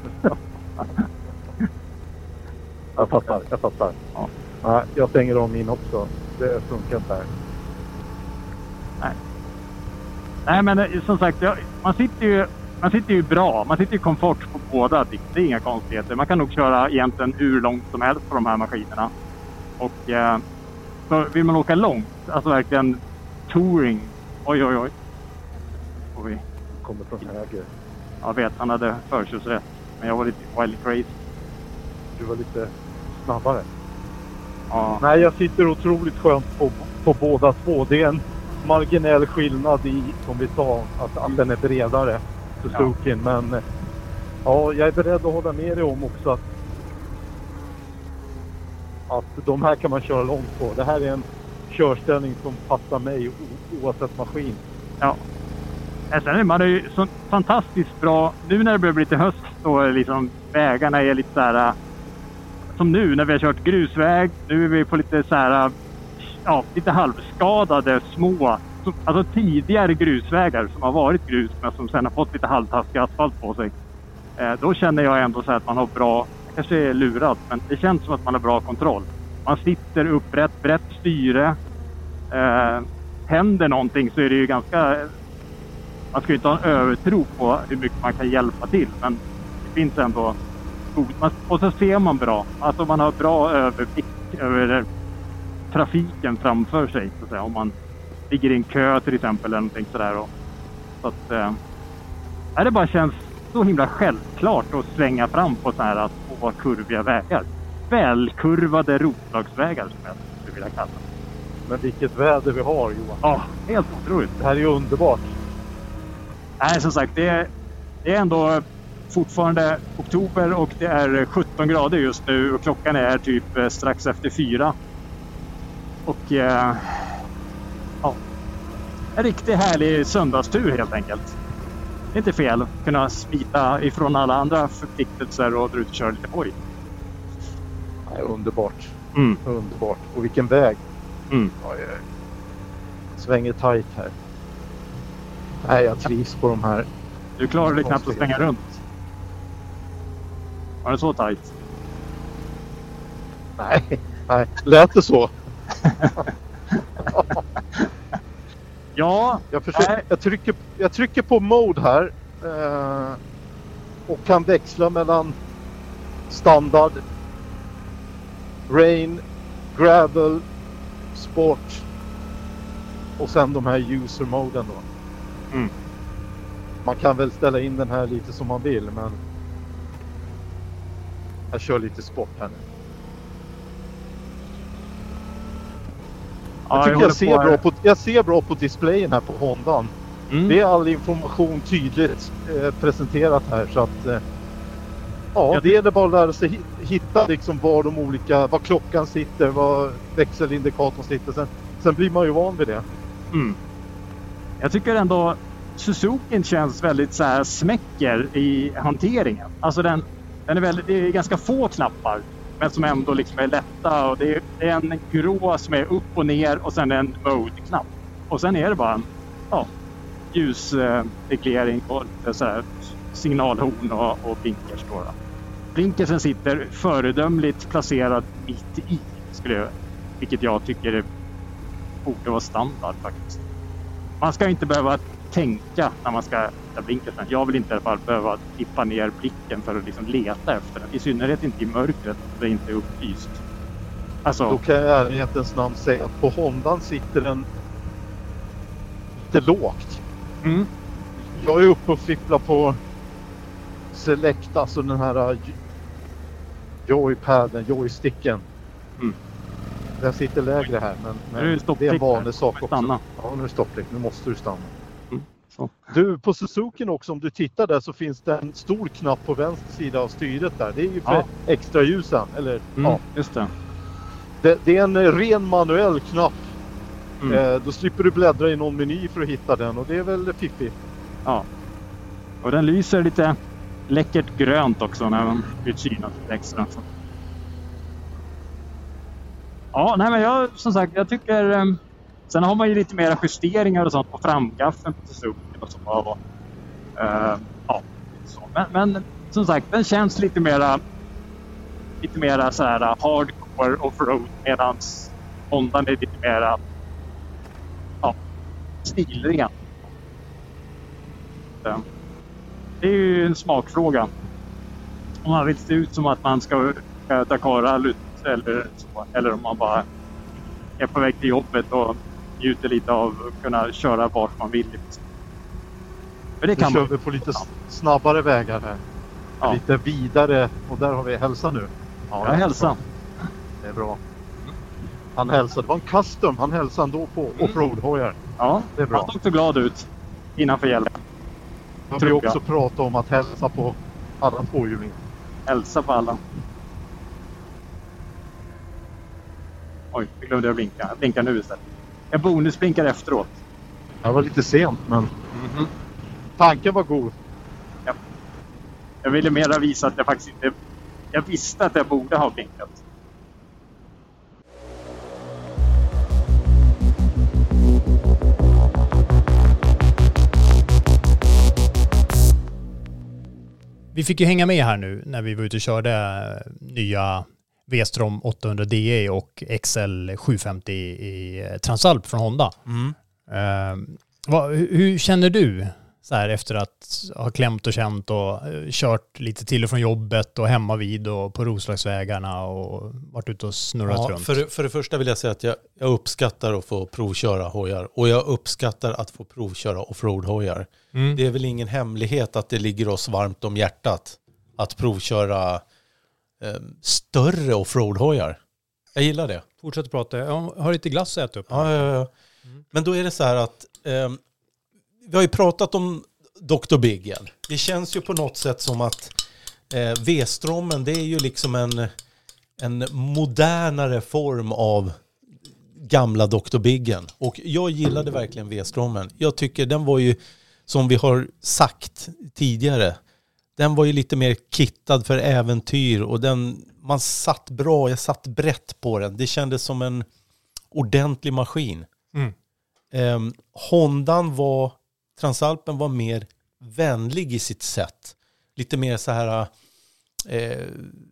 Jag fattar, jag fattar. Ja. Ja, jag stänger om min också. Det funkar inte här. Nej. Nej, men som sagt, jag, man sitter ju man sitter ju bra. Man sitter ju komfort på båda. Det är inga konstigheter. Man kan nog köra egentligen hur långt som helst på de här maskinerna. Och eh, så vill man åka långt, alltså verkligen touring. Oj, oj, oj. Och vi kommer från höger. Jag vet, han hade förkörsrätt. Men jag var lite wild crazy. Du var lite snabbare. Ja. Nej, jag sitter otroligt skönt på, på båda två. Det är en marginell skillnad i, som vi sa, att, att den är bredare. Suzuki. Ja. Men ja, jag är beredd att hålla med dig om också att, att de här kan man köra långt på. Det här är en körställning som passar mig oavsett maskin. Ja. Sen är man ju så fantastiskt bra. Nu när det börjar bli lite höst och liksom vägarna är lite så här, som nu när vi har kört grusväg. Nu är vi på lite så här, ja, lite halvskadade små, alltså tidigare grusvägar som har varit grus men som sen har fått lite halvtaskig asfalt på sig. Eh, då känner jag ändå så att man har bra, kanske är lurad, men det känns som att man har bra kontroll. Man sitter upprätt, brett styre. Eh, händer någonting så är det ju ganska, man ska ju inte ha en övertro på hur mycket man kan hjälpa till, men det finns ändå god, och så ser man bra, alltså man har bra överblick över trafiken framför sig, så att säga, om man ligger i en kö till exempel eller någonting sådär. Och, så att eh, det bara känns så himla självklart att svänga fram på så här två kurviga vägar. Välkurvade rotlagsvägar som jag skulle vilja kalla det. Men vilket väder vi har, Johan. Ja, helt otroligt. Det här är ju underbart. Nej, som sagt, det är, det är ändå fortfarande oktober och det är sjutton grader just nu och klockan är typ strax efter fyra. Och eh, ja, en riktigt härlig söndagstur helt enkelt. Det är inte fel att kunna smita ifrån alla andra förpliktelser och dra ut och köra lite hoj. Ja, underbart. Mm. Underbart. Och vilken väg. Mm. Ja, jag svänger tajt här. Nej, jag trivs på de här. Du klarar dig knappt att svänga runt. Var det så tajt? Nej, nej. Lät det så? Ja. Jag, försöker, jag, trycker, jag trycker på mode här. Eh, och kan växla mellan standard, rain, gravel, sport och sen de här user-moden då. Mm. Man kan väl ställa in den här lite som man vill, men jag kör lite sport här nu. Jag Ja, tycker jag, jag, ser på bra på, jag ser bra på displayen här på Hondan. Mm. Det är all information tydligt eh, presenterat här, så att eh, ja, jag det är det bara att lära sig hitta liksom var de olika, var klockan sitter, var växelindikatorn sitter. Sen, sen blir man ju van vid det. Mm. Jag tycker ändå Suzuki känns väldigt så här smäcker i hanteringen. Alltså den, den är väldigt, det är ganska få knappar, men som ändå liksom är lätta. Och det är, det är en grå som är upp och ner och sen en mode-knapp. Och sen är det bara en ja, ljusreglering och så här signalhorn och, och blinkers. Då. Blinkersen sitter föredömligt placerad mitt i, skulle jag, vilket jag tycker är, borde vara standard faktiskt. Man ska inte behöva tänka när man ska hitta blinkersen. Jag vill inte i alla fall behöva tippa ner blicken för att liksom leta efter den. I synnerhet inte i mörkret, det är inte upplyst. Alltså, då kan jag i ärlighetens namn säga att på Hondan sitter den lite lågt. Mm. Jag är uppe och fipplar på Select, alltså den här joypaden, joysticken. Mm. Den sitter lägre här, men, men är det, det är en vanlig sak också. Stanna. Ja, nu är det stopplikt. Nu måste du stanna. Mm. Så. Du, på Suzuki också, om du tittar där så finns det en stor knapp på vänster sida av styret där. Det är ju för ja. extra ljusen. Eller, mm, ja. Just det. det. Det är en ren manuell knapp. Mm. Eh, då slipper du bläddra i någon meny för att hitta den, och det är väl fiffigt. Ja. Och den lyser lite läckert grönt också när man blir synat extra. Ja, nej men jag, som sagt, jag tycker um, sen har man ju lite mera justeringar och sånt på framgaffeln på Suzuki och så. Och, uh, ja, så. Men, men som sagt, den känns lite mera lite mera så här hardcore offroad, medans Hondan är lite mera ja, stilren. Så, det är ju en smakfråga. Om man vill se ut som att man ska äh, Dakar eller så, eller om man bara är på väg till jobbet och njuter lite av att kunna köra vart man vill. Men det kan nu man. kör vi på lite snabbare vägar här. Ja. Lite vidare, och där har vi hälsa nu. Ja, jag hälsa. Det är bra. Han hälsade, det var en custom, han hälsade ändå på offroad-hojar. Ja, det är bra. Han såg så glad ut innanför hjälmen. har vi också pratat om att hälsa på alla tvåhjulingar. Hälsa på alla. Oj, jag glömde jag blinka. Jag blinkar nu istället. Jag bonusblinkar efteråt. Det var lite sent, men mm-hmm. tanken var god. Ja. Jag ville mera visa att jag faktiskt inte... Jag visste att jag borde ha blinkat. Vi fick ju hänga med här nu när vi var ute och körde nya V-Strom åttahundra D E och X L sjuhundrafemtio i Transalp från Honda. Mm. Uh, vad, hur känner du så här efter att ha klämt och känt och kört lite till och från jobbet och hemma vid och på Roslagsvägarna och varit ute och snurrat ja, runt? För, för det första vill jag säga att jag, jag uppskattar att få provköra hojar och jag uppskattar att få provköra offroad-hojar. Mm. Det är väl ingen hemlighet att det ligger oss varmt om hjärtat att provköra eh, större offroad-hojar. Jag gillar det. Fortsätt prata. Jag har lite glass att äta upp. Ja, ja, ja. Mm. Men då är det så här att eh, vi har ju pratat om doktor Big igen. Det känns ju på något sätt som att eh, V-Strommen, det är ju liksom en, en modernare form av gamla doktor Biggen. Och jag gillade verkligen V-Strommen. Jag tycker den var ju, som vi har sagt tidigare, den var ju lite mer kittad för äventyr och den, man satt bra, jag satt brett på den. Det kändes som en ordentlig maskin. Mm. Eh, Hondan var, Transalpen var mer vänlig i sitt sätt. Lite mer så här eh,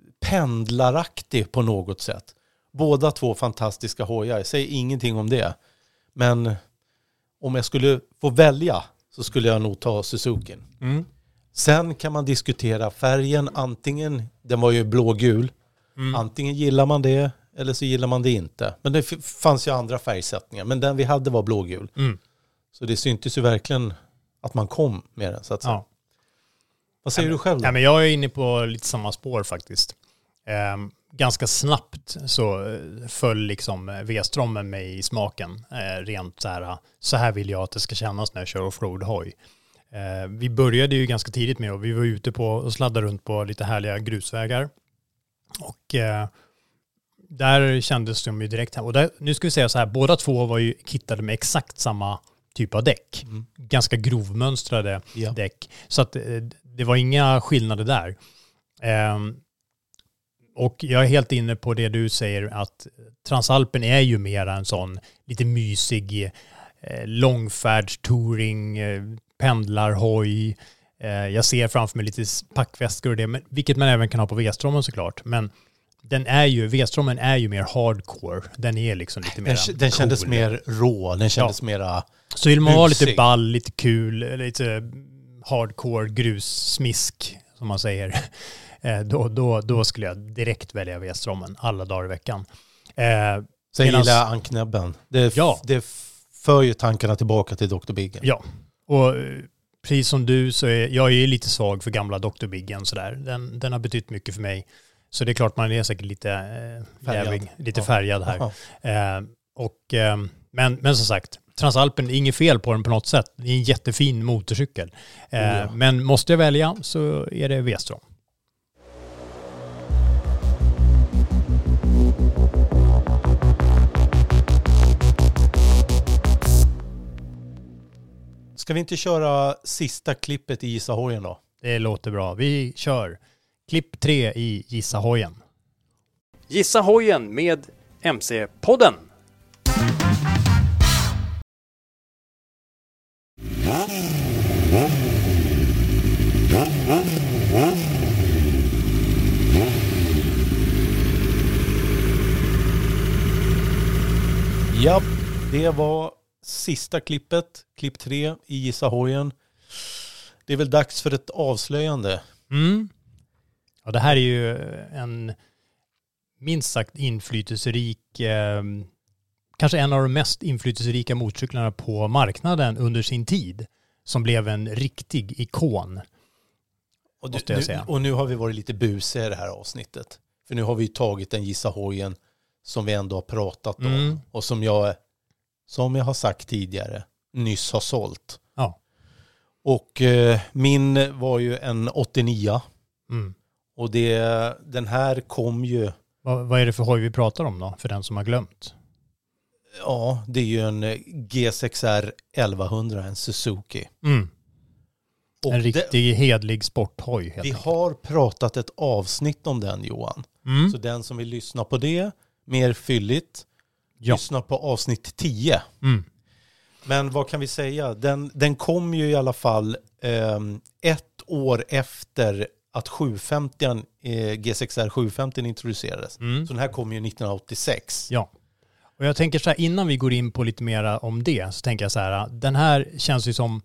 pendlaraktig på något sätt. Båda två fantastiska hojar. Jag säger ingenting om det. Men om jag skulle få välja så skulle jag nog ta Suzuki. Mm. Sen kan man diskutera färgen. Antingen, den var ju blågul. Mm. Antingen gillar man det eller så gillar man det inte. Men det f- fanns ju andra färgsättningar. Men den vi hade var blågul. Mm. Så det syntes ju verkligen att man kom med den. Så att säga. Ja. Vad säger ja, men, du själv då? Ja, men jag är inne på lite samma spår faktiskt. Eh, ganska snabbt så föll liksom V-Strommen mig i smaken. Eh, rent så här, så här vill jag att det ska kännas när jag kör offroad-hoj. Eh, vi började ju ganska tidigt med och vi var ute på och sladdade runt på lite härliga grusvägar. Och eh, där kändes de ju direkt hem. Och där, nu ska vi säga så här, båda två var ju kittade med exakt samma typ av däck. Mm. Ganska grovmönstrade ja. däck. Så att eh, det var inga skillnader där. Eh, och jag är helt inne på det du säger att Transalpen är ju mer en sån lite mysig eh, långfärdstouring, eh, pendlarhoj. Eh, jag ser framför mig lite packväskor och det, men, vilket man även kan ha på V-Strommen såklart. Men den är ju, V-Strommen är ju mer hardcore. Den är liksom lite mer Den, den kändes mer rå, den kändes ja. mera så vill man ha lite ball, lite kul, lite hardcore grussmisk som man säger. Då, då, då skulle jag direkt välja V-Strommen alla dagar i veckan. Eh, Sen medans, gillar jag anknäbben. Det, ja. det för ju tankarna tillbaka till doktor Biggen. Ja, och precis som du så är jag är lite svag för gamla doktor Biggen. Sådär. Den, den har betytt mycket för mig. Så det är klart man är säkert lite eh, färgad. Jävlig, lite ja. färgad här. Eh, och, eh, men, men som sagt, Transalpen, inget fel på den på något sätt. Det är en jättefin motorcykel. Eh, ja. Men måste jag välja så är det V-Strom. Ska vi inte köra sista klippet i Gissa hojen då? Det låter bra. Vi kör klipp tre i Gissa hojen. Gissa hojen med M C-podden. Ja, det var sista klippet, klipp tre i Gissa hojen. Det är väl dags för ett avslöjande. Mm. Ja, det här är ju en minst sagt inflytelserik, eh, kanske en av de mest inflytelserika motorcyklarna på marknaden under sin tid, som blev en riktig ikon. Och, du, nu, säga. och nu har vi varit lite busiga i det här avsnittet. För nu har vi tagit en Gissa hojen som vi ändå har pratat om. Mm. Och som jag, som jag har sagt tidigare, nyss har sålt. Ja. Och eh, min var ju en åttionio. Mm. Och det, den här kom ju... Vad, vad är det för hoj vi pratar om då, för den som har glömt? Ja, det är ju en G sex R elvahundra, en Suzuki. Mm. Och en riktig det, hedlig sporthoj. Helt vi enkelt. har pratat ett avsnitt om den, Johan. Mm. Så den som vill lyssna på det, mer fylligt, ja. lyssna på avsnitt tio. Mm. Men vad kan vi säga? Den, den kom ju i alla fall eh, ett år efter att sjuhundrafemtio, eh, G sex R sjuhundrafemtio introducerades. Mm. Så den här kom ju nittonhundraåttiosex. Ja. Och jag tänker så här, innan vi går in på lite mera om det, så tänker jag så här, den här känns ju som,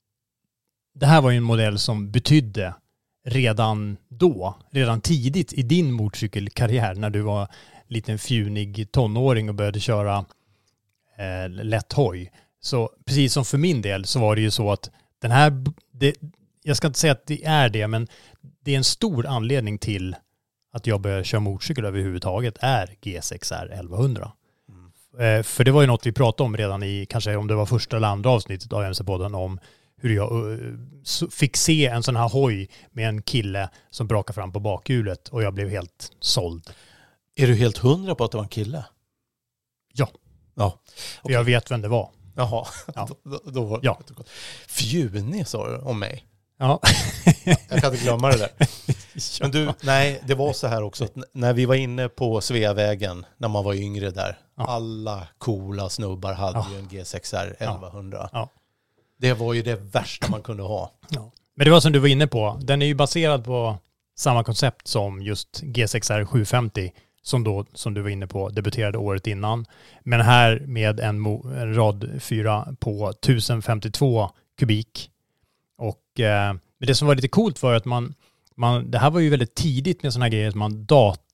det här var ju en modell som betydde redan då, redan tidigt i din motorcykelkarriär, när du var liten fjunig tonåring och började köra eh, lätt hoj. Så precis som för min del så var det ju så att den här, det, jag ska inte säga att det är det, men det är en stor anledning till att jag började köra motorcykel överhuvudtaget är G sex R elvahundra. Mm. Eh, för det var ju något vi pratade om redan i, kanske om det var första eller andra avsnittet av M C-podden, om hur jag uh, fick se en sån här hoj med en kille som brakade fram på bakhjulet och jag blev helt såld. Är du helt hundra på att det var en kille? Ja. Ja. Okay. Jag vet vem det var. Jaha. Ja. då, då var ja. Fjunig sa du om mig. Ja. Jag kan inte glömma det där. Men du, nej, det var så här också. Att när vi var inne på Sveavägen, när man var yngre där, ja. alla coola snubbar hade ja. ju en G sex R elvahundra. Ja. Ja. Det var ju det värsta man kunde ha. Ja. Men det var som du var inne på. Den är ju baserad på samma koncept som just G sex R sjuhundrafemtio som då, som du var inne på, debuterade året innan. Men här med en, mo- en rad fyra på tusen femtiotvå kubik. Och eh, det som var lite coolt var att man, man, det här var ju väldigt tidigt med sådana här grejer, att man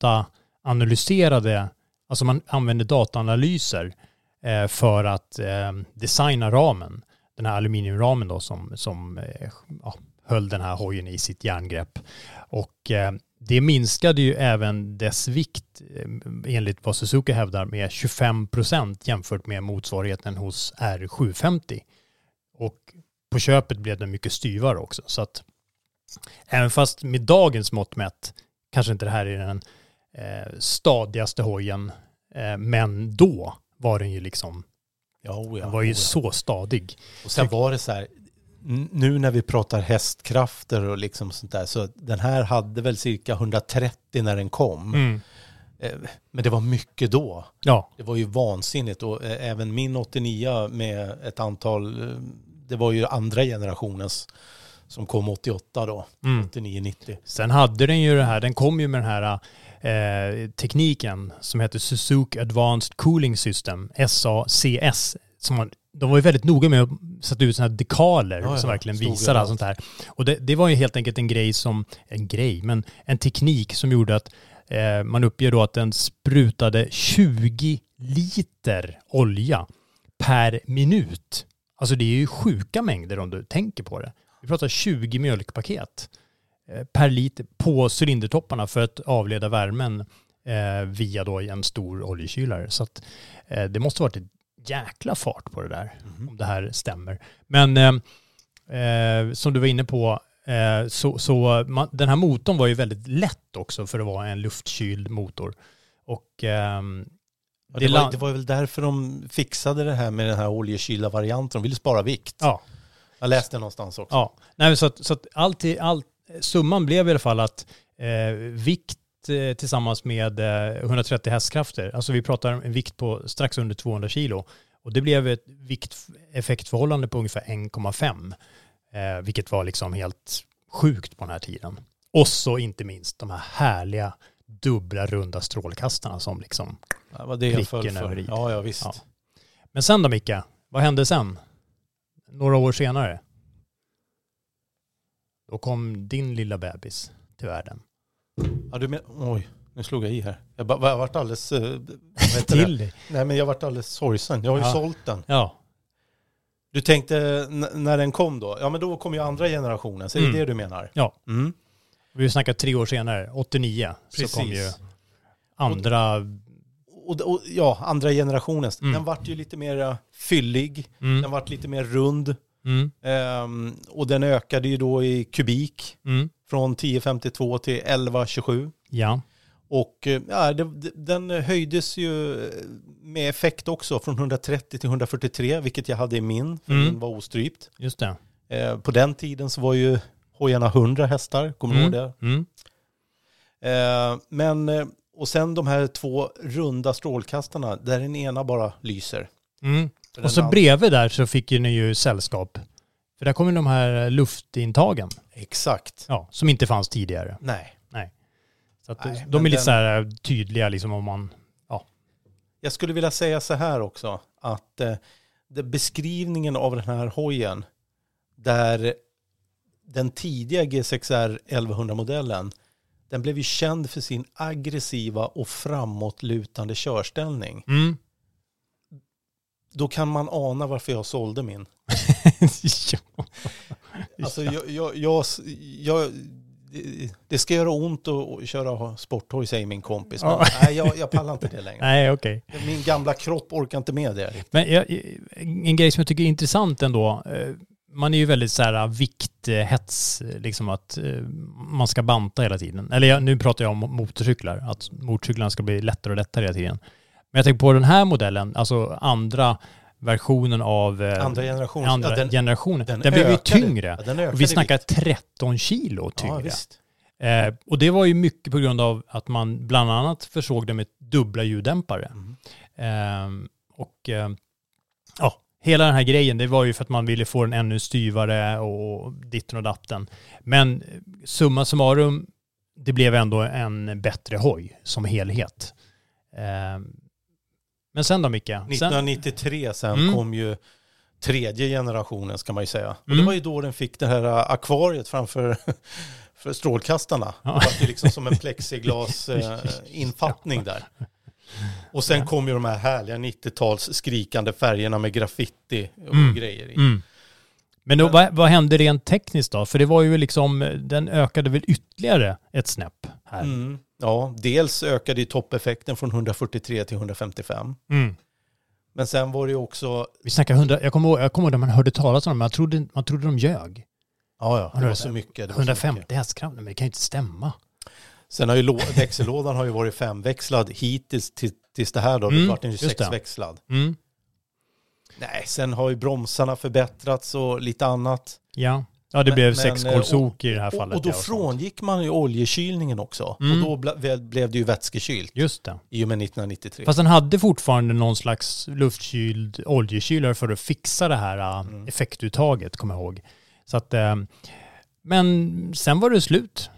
dataanalyserade, alltså man använde dataanalyser eh, för att eh, designa ramen. Den här aluminiumramen då som, som eh, ja, höll den här hojen i sitt järngrepp. Och eh, det minskade ju även dess vikt eh, enligt vad Suzuki hävdar med tjugofem procent jämfört med motsvarigheten hos R sjuhundrafemtio. Och på köpet blev den mycket styvare också. Så att även fast med dagens mått mätt kanske inte det här är den eh, stadigaste hojen, eh, men då var den ju liksom Ja, oh ja, den var ju oh ja. så stadig. Och sen var det så här, nu när vi pratar hästkrafter och liksom sånt där, så den här hade väl cirka hundratrettio när den kom. Mm. Men det var mycket då. Ja. Det var ju vansinnigt. Och även min åttionio med ett antal, det var ju andra generationens som kom åttioåtta då, mm. åttionio nittio. Sen hade den ju det här, den kom ju med den här eh, tekniken som heter Suzuki Advanced Cooling System, S A C S. Som man, de var ju väldigt noga med att sätta ut sådana här dekaler ja, som ja, verkligen visar allt sånt här. Och det, det var ju helt enkelt en grej som, en grej, men en teknik som gjorde att eh, man uppger då att den sprutade tjugo liter olja per minut. Alltså det är ju sjuka mängder om du tänker på det. Vi pratar tjugo mjölkpaket eh, per liter på cylindertopparna för att avleda värmen eh, via då en stor oljekylare. Så att eh, det måste varit ett jäkla fart på det där, mm. om det här stämmer. Men eh, eh, som du var inne på, eh, så, så man, den här motorn var ju väldigt lätt också för att vara en luftkyld motor. Och eh, det, det, var, det var väl därför de fixade det här med den här oljekylda varianten. De ville spara vikt. Ja. Jag läste någonstans också. Ja, nej, så att, så att allt, allt, summan blev i alla fall att eh, vikt eh, tillsammans med eh, hundratrettio hästkrafter, alltså vi pratar om en vikt på strax under tvåhundra kilo, och det blev ett vikteffektförhållande på ungefär en komma fem, eh, vilket var liksom helt sjukt på den här tiden. Och så inte minst de här härliga dubbla runda strålkastarna som liksom ja, var det jag föll för. Över i. Ja, ja, visst. Ja. Men sen då, Micke, vad hände sen? Några år senare. Då kom din lilla bebis till världen. Ja, du men, oj, nu slog jag i här. Jag, ba, jag varit alldeles... Uh, till dig? Nej, men jag varit alldeles sorgsen. Jag har ju ja. sålt den. Ja. Du tänkte, n- när den kom då? Ja, men då kom ju andra generationen. Så är det mm. det du menar? Ja. Mm. Vi snackar tre år senare, åttionio. Precis. Så kom ju andra... Och, och, ja, andra generationens. Mm. Den vart ju lite mer fyllig. Mm. Den vart lite mer rund. Mm. Um, och den ökade ju då i kubik mm. från tio femtiotvå till elva tjugosju. Ja. Och ja, det, den höjdes ju med effekt också från hundratrettio till hundrafyrtiotre, vilket jag hade i min, för mm. min var ostrypt. Just det. Eh, på den tiden så var ju hojarna hundra hästar, kommer du mm. ihåg det? Mm. Eh, men, och sen de här två runda strålkastarna, där den ena bara lyser. Mm. Och så bredvid där så fick ju ni ju sällskap. För där kommer de här luftintagen. Exakt. Ja, som inte fanns tidigare. Nej. Nej. Så att Nej, de är lite den... så här tydliga liksom om man... Ja. Jag skulle vilja säga så här också. Att eh, det, beskrivningen av den här hojen, där den tidiga G sex R elvahundra-modellen, den blev ju känd för sin aggressiva och framåtlutande körställning. Mm. Då kan man ana varför jag sålde min. ja. Alltså jag, jag, jag, jag, det ska göra ont att köra sporthoj, säger min kompis. Men ja. nej, jag, jag pallar inte det längre. Nej, okej. Okay. Min gamla kropp orkar inte med det. Men jag, en grej som jag tycker är intressant ändå, man är ju väldigt så här vikthets, liksom att man ska banta hela tiden. Eller nu pratar jag om motorcyklar, att motorcyklarna ska bli lättare och lättare hela tiden. Men jag tänker på den här modellen, alltså andra versionen av andra generationen, andra ja, den, generationen. Den, den blev ju tyngre. Ja, och vi snackar tretton kilo tyngre. Ja, visst. Eh, och det var ju mycket på grund av att man bland annat försåg det med dubbla ljuddämpare. Mm. Eh, och eh, ja, hela den här grejen, det var ju för att man ville få den ännu styvare och ditten och datten. Men summa summarum, det blev ändå en bättre hoj som helhet. Eh, Men sen då, Micke? nittonhundranittiotre sen mm. kom ju tredje generationen, ska man ju säga. Och mm. det var ju då den fick det här akvariet framför för strålkastarna. Ja. Det var ju liksom som en plexiglas eh, infattning där. Och sen ja. kom ju de här härliga nittio-tals skrikande färgerna med graffiti och mm. grejer i. Mm. Men då, vad, vad hände rent tekniskt då? För det var ju liksom, den ökade väl ytterligare ett snäpp här. Mm. Ja, dels ökade ju toppeffekten från hundrafyrtiotre till hundrafemtiofem. Mm. Men sen var det ju också... Vi snackar hundra, jag kommer ihåg, jag kommer ihåg när man hörde talas om dem, man trodde, man trodde de ljög. Ja, ja, det var så mycket. Det var hundrafemtio hästkrafter, men det kan ju inte stämma. Sen har ju lå- växellådan har ju varit femväxlad hittills till, tills det här då. Mm, det var den ju sexväxlad. Mm. Nej, sen har ju bromsarna förbättrats och lite annat. Ja. Ja, det men, blev sexkolsok i det här fallet. Och då frångick man ju oljekylningen också. Mm. Och då ble, blev det ju vätskekylt. Just det. I och med nittonhundranittiotre. Fast den hade fortfarande någon slags luftkyld oljekylare för att fixa det här mm. effektuttaget, kommer jag ihåg. Så att, men sen var det slut.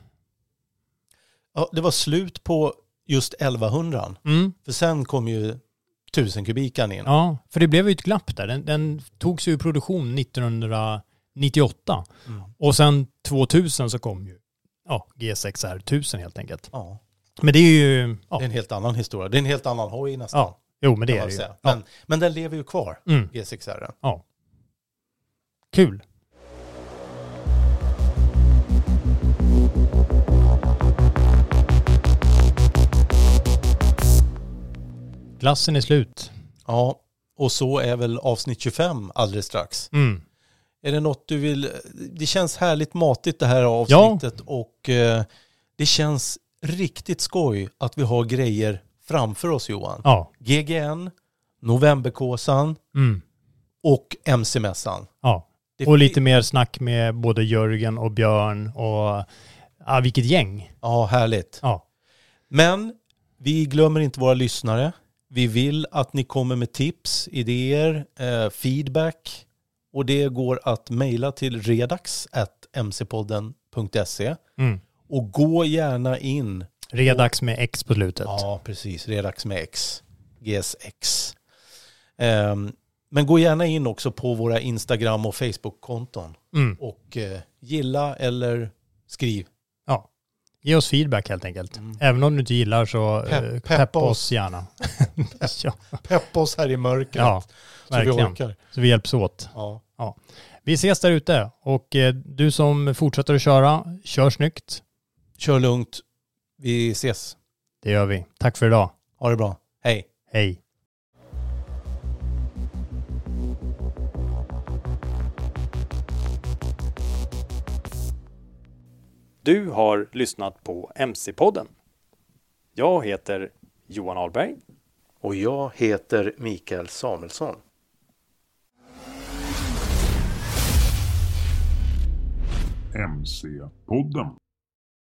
Ja, det var slut på just elvahundra. Mm. För sen kom ju tusen kubikan in. Ja, för det blev ju ett glapp där. Den, den togs ju i produktion nittonhundranittioåtta. Mm. Och sen tvåtusen så kom ju ja, G sex R tusen helt enkelt. Ja. Men det är ju... Ja. Det är en helt annan historia. Det är en helt annan hoj nästan. Ja, jo men det är det ju. Men, ja. men den lever ju kvar, mm. G sex R. Ja. Kul. Glassen är slut. Ja, och så är väl avsnitt tjugofem alldeles strax. Mm. Är det något du vill... Det känns härligt matigt det här avsnittet. Ja. Och eh, det känns riktigt skoj att vi har grejer framför oss, Johan. Ja. G G N, Novemberkåsan mm. och M C-mässan. Ja, det och lite mer snack med både Jörgen och Björn och ja, vilket gäng. Ja, härligt. Ja. Men vi glömmer inte våra lyssnare. Vi vill att ni kommer med tips, idéer, eh, feedback. Och det går att mejla till redax at m c podden punkt se. Mm. Och gå gärna in. Redax med X på slutet. Ja, precis. Redax med X. G S X. Um, men gå gärna in också på våra Instagram- och Facebook-konton. Mm. Och uh, gilla eller skriv. Ja. Ge oss feedback helt enkelt. Mm. Även om du inte gillar så Pe- uh, peppa, peppa oss gärna. ja. Peppa oss här i mörkret. Ja, så verkligen. vi orkar. Så vi hjälps åt. Ja. Ja. Vi ses där ute. Och eh, du som fortsätter att köra, kör snyggt. Kör lugnt. Vi ses. Det gör vi. Tack för idag. Ha det bra. Hej. Hej. Du har lyssnat på M C-podden. Jag heter Johan Ahlberg. Och jag heter Mikael Samuelsson. M C-podden.